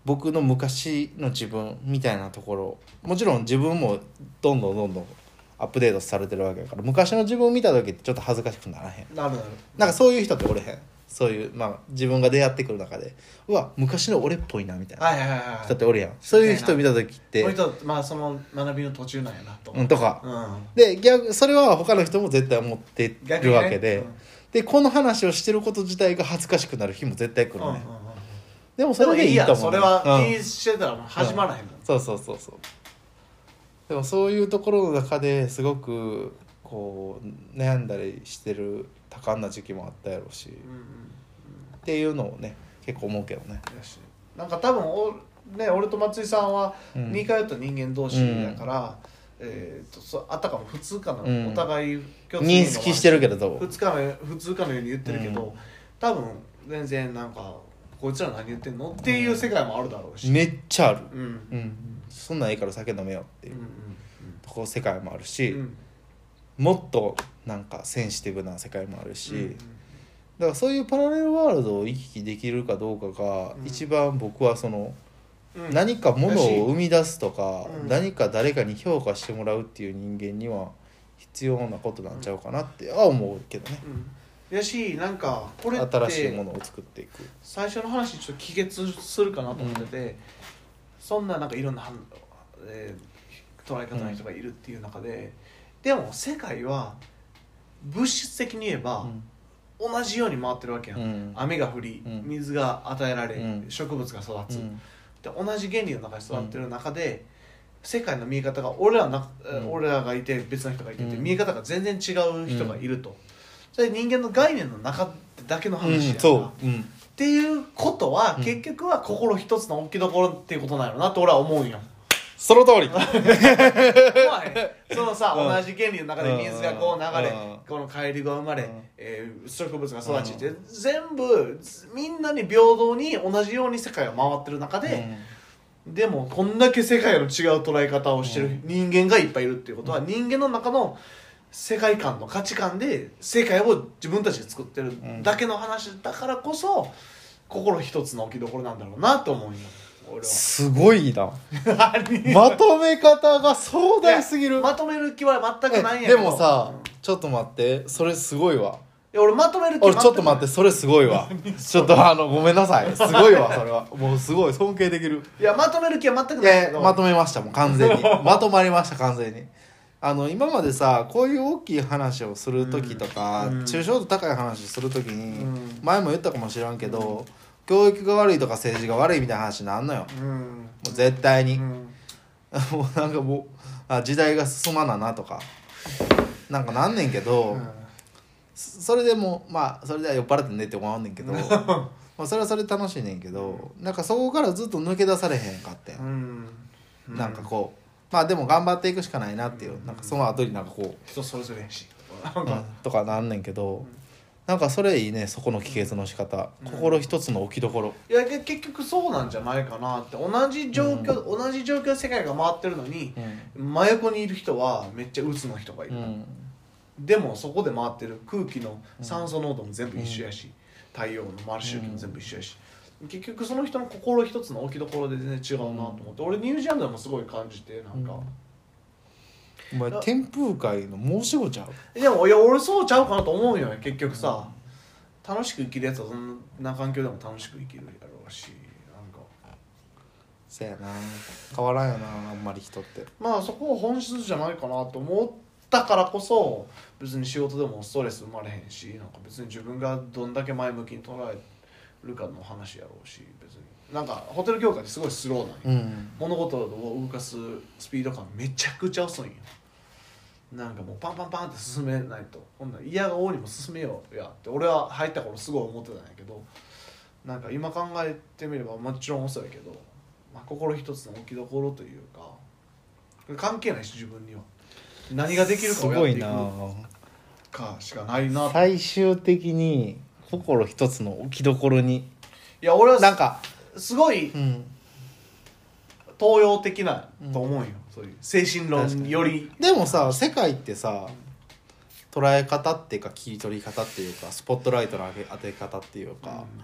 僕の昔の自分みたいなところ、もちろん自分もどんどんアップデートされてるわけだから、昔の自分を見た時ってちょっと恥ずかしくならへん？ なるなんかそういう人っておれへん？そういうまあ自分が出会ってくる中で、うわ昔の俺っぽいなみたいなはいはいはい人っておるやん。そういう人見た時ってこの人まあその学びの途中なんやなと、 とか、 うん、 で逆それは他の人も絶対思ってるわけで、 逆にねでこの話をしてること自体が恥ずかしくなる日も絶対来るね、 うんうんうん、 でもそれでいいと思う、 それはうん気にしてたら始まらへんもん、 そうでもそういうところの中ですごくこう悩んだりしてる多感な時期もあったやろうし、 うんうんうん、 っていうのをね結構思うけどね。 なんか多分俺と松井さんはうん似通った人間同士だから、あったかも普通かな、 うんお互い認識してるけどどう？ 普通かのように言ってるけど、 うん多分全然なんかこいつら何言ってんのっていう世界もあるだろうし、 めっちゃある、 うんうん、そんなんいいから酒飲めよっていううんとこ世界もあるし、 うんもっとなんかセンシティブな世界もあるし、 うんだからそういうパラレルワールドを行き来できるかどうかがうん一番僕はそのうん、 何かものを生み出すとかうん何か誰かに評価してもらうっていう人間には必要なことなんちゃうかなっては思うけどね。 やしなんかこれって新しいものを作っていく。 最初の話ちょっと帰結するかなと思ってて、そんななんかいろんな捉え方の人がいるっていう中で、でも世界は物質的に言えば同じように回ってるわけやん、 うん、 雨が降り水が与えられ、 うん植物が育つ、 うんで同じ原理の中で育ってる中で、世界の見え方が俺らがいて別の人がいてて、見え方が全然違う人がいると、それ人間の概念の中だけの話やな、 そう、 っていうことは、結局は心一つの置きどころっていうことなんやろなって俺は思うんよ。 その通りそのさ、 うん同じ原理の中で水がこう流れ、 うんこの海流が生まれ、 うん植物が育ちって、全部みんなに平等に同じように世界が回ってる中で、でもこんだけ世界の違う捉え方をしてる人間がいっぱいいるっていうことは、人間の中の世界観の価値観で世界を自分たちで作ってるだけの話だからこそ、心一つの置きどころなんだろうなと思うよ俺は。 すごいなまとめ方が壮大すぎる。 まとめる気は全くないんやけど。 でもさ、ちょっと待って、それすごいわ。 いや俺まとめる気俺ちょっと待って、それすごいわちょっとごめんなさい、すごいわそれは。もうすごい尊敬できる。 いやまとめる気は全くいやないけど、 まとめました、もう完全にまとまりました完全に。今までさこういう大きい話をする時とか、抽象度高い話する時に、前も言ったかもしらんけど、教育が悪いとか政治が悪いみたいな話になんのよ、もう絶対に、もうなんかもう時代が進まななとかなんかなんねんけど、それでもまあそれでは酔っ払ってねって思わんねんけどまあそれはそれで楽しいねんけど、なんかそこからずっと抜け出されへんかってん、なんかこうまあでも頑張っていくしかないなっていう、なんかその後になんかこう人それぞれやしとかなんねんけど、なんかそれいいね、そこの帰結の仕方、心一つの置きどころ。 いや結局そうなんじゃないかなって。同じ状況で世界が回ってるのに、真横にいる人はめっちゃ鬱の人がいる、でもそこで回ってる空気の酸素濃度も全部一緒やし、太陽の回る周期も全部一緒やし、結局その人の心一つの置きどころで全然違うなと思って、俺ニュージーランドでもすごい感じて、なんか、 お前天風会の申し子ちゃう？ でもいや俺そうちゃうかなと思うよね。結局さ、楽しく生きるやつはそんな環境でも楽しく生きるやろうし、なんかそやな、変わらんよなあんまり人って。 まあそこは本質じゃないかなと思ったからこそ、別に仕事でもストレス生まれへんし、なんか別に自分がどんだけ前向きに捉えるかの話やろうし、別になんかホテル業界ってすごいスローなんよ、物事を動かすスピード感めちゃくちゃ遅いんよ。なんかもうパンパンパンって進めないと、ほんなら嫌がおうにも進めようやって俺は入った頃すごい思ってたんやけど、なんか今考えてみればもちろん遅いけど、まあ、心一つの置きどころというか、これ関係ないし自分には何ができるかをやっていくかしかないな。 最終的に心一つの置きどころに、 いや俺はなんかすごい東洋的なと思うよ、そういう精神論より。 でもさ、世界ってさ捉え方っていうか切り取り方っていうかスポットライトの当て方っていうか、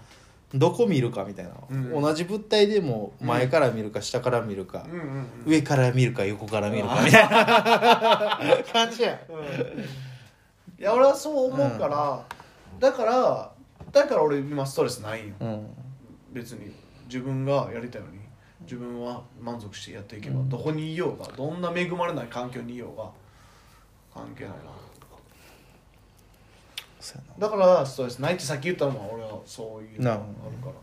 どこ見るかみたいな、同じ物体でも前から見るか下から見るか、上から見るか横から見るかみたいな感じや、 いや俺はそう思うから、だから俺今ストレスないよ、別に自分がやりたいように自分は満足してやっていけば、どこにいようがどんな恵まれない環境にいようが関係ないな。だからストレスないってさっき言ったのは俺はそういうのがあるから、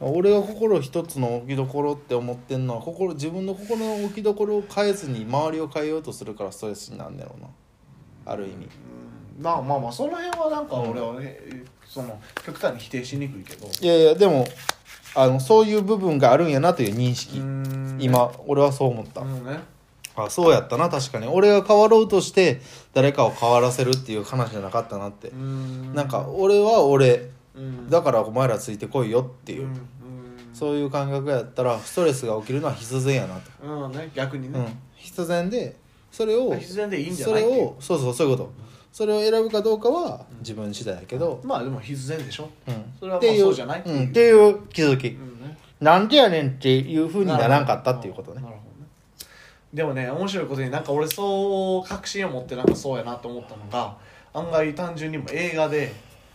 俺が心一つの置きどころって思ってんのは自分の心の置きどころを変えずに周りを変えようとするからストレスになるんだろうな、ある意味。 まあその辺はなんか俺はね、その極端に否定しにくいけど、 いやでもそういう部分があるんやなという認識、今俺はそう思った、あそうやったな、確かに俺が変わろうとして誰かを変わらせるっていう話じゃなかったなって、なんか俺は俺、だからお前らついてこいよっていう、そういう感覚やったらストレスが起きるのは必然やなと、 逆にね、 必然でそれを必然でいいんじゃないそれをそういうこと、それを選ぶかどうかは自分次第やけど、 まあでも必然でしょ、それはまあそうじゃないっていう気づき、なんでやねんっていう風にならんかったっていうことね。 なるほどね。でもね面白いことになんか俺そう確信を持ってなんかそうやなと思ったのが、案外単純にも映画で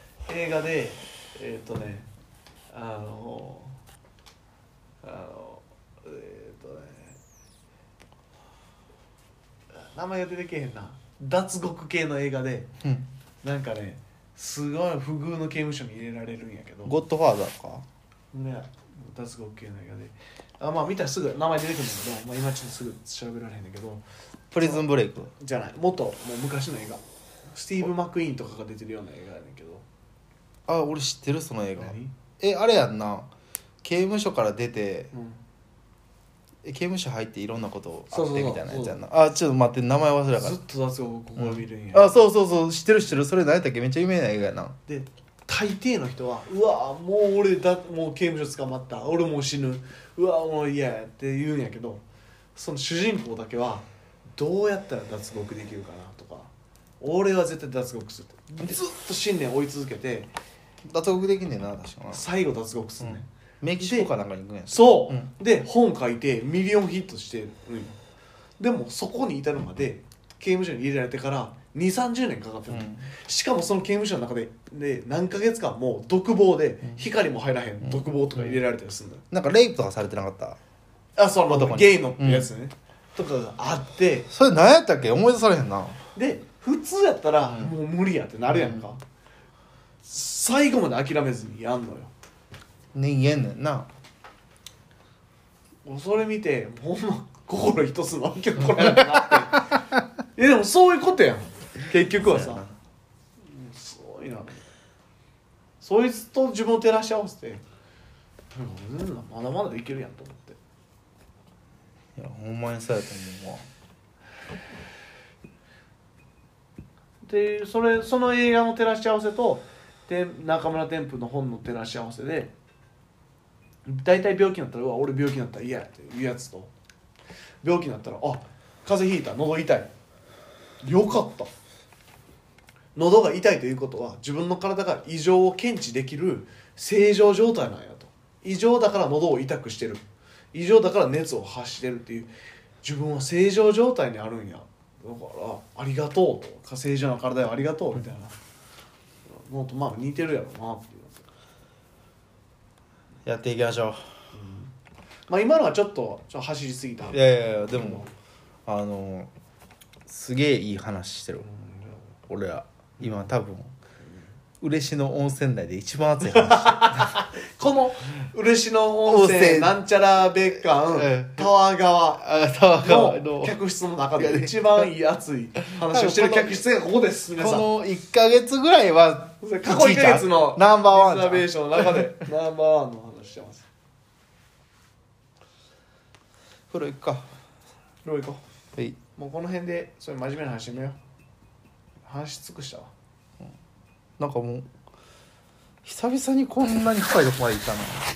名前が出てけへんな、脱獄系の映画で、なんかねすごい不遇の刑務所に入れられるんやけど、 ゴッドファーザーかね、脱獄系の映画で、まあ見たらすぐ名前出てくるんだけど、今ちょっとすぐ調べられへんだけど、 プリズンブレイクじゃない、もう昔の映画、スティーブ・マクイーンとかが出てるような映画やねんけど。 俺知ってるその映画。あれやんな、刑務所から出て、刑務所入っていろんなことあってみたいなやつやんな。ちょっと待って、名前忘れたから。 ずっと脱獄ここ見るんや、 そう知ってるそれ何やったっけ、めっちゃ有名な映画やな。 で大抵の人はうわもう俺もう刑務所捕まった、俺もう死ぬ、うわもう嫌やって言うんやけど、その主人公だけはどうやったら脱獄できるかなとか、俺は絶対脱獄するってずっと信念を追い続けて脱獄できんねんな、確かな。 最後脱獄するね、 メキシコかなんかに行くんや。 そう、で本書いてミリオンヒットしてるんよ。でもそこに至るまで刑務所に入れられてから2、30年かかってる、しかもその刑務所の中で何ヶ月間も独房で光も入らへん独房とか入れられたりするんだよ、 なんかレイプとかされてなかった？ そのゲイのやつね、とかがあって、 それ何やったっけ、思い出されへんな。 で普通やったらもう無理やってなるやんか、最後まで諦めずにやんのよ。 人間ねんな。 それ見てほんま心一つのわけこれなってでもそういうことやん結局はさ、すごいな、そいつと自分を照らし合わせてまだまだいけるやんと思って。 いやほんまにそうやと思うわ。 でその映画の照らし合わせとで中村天風の本の照らし合わせで、大体病気になったら「うわ俺病気になったら嫌や」って言うやつと、病気になったら「風邪ひいた、喉痛い、よかった、喉が痛いということは自分の体が異常を検知できる正常状態なんや」と、異常だから喉を痛くしてる、異常だから熱を発してるっていう、自分は正常状態にあるんや、だからありがとうと、正常な体をありがとうみたいなのとまあ似てるやろなっていう。 やっていきましょう。 まあ今のはちょっと走りすぎた。 いやでもすげえいい話してる、俺ら今多分嬉野温泉内で一番熱い話してるこの嬉野温泉なんちゃら別館タワー側の客室の中で一番いい熱い話をしてる客室がここです。皆さんこの1ヶ月ぐらいは過去1ヶ月のナンバーワンリザベーションの中でナンバーワンの話してます。 風呂行くか。 風呂行こう。はい。 もうこの辺でそういう真面目な話してみよう。話し尽くしたわ。 なんかもう久々にこんなに深いとこまで行ったな。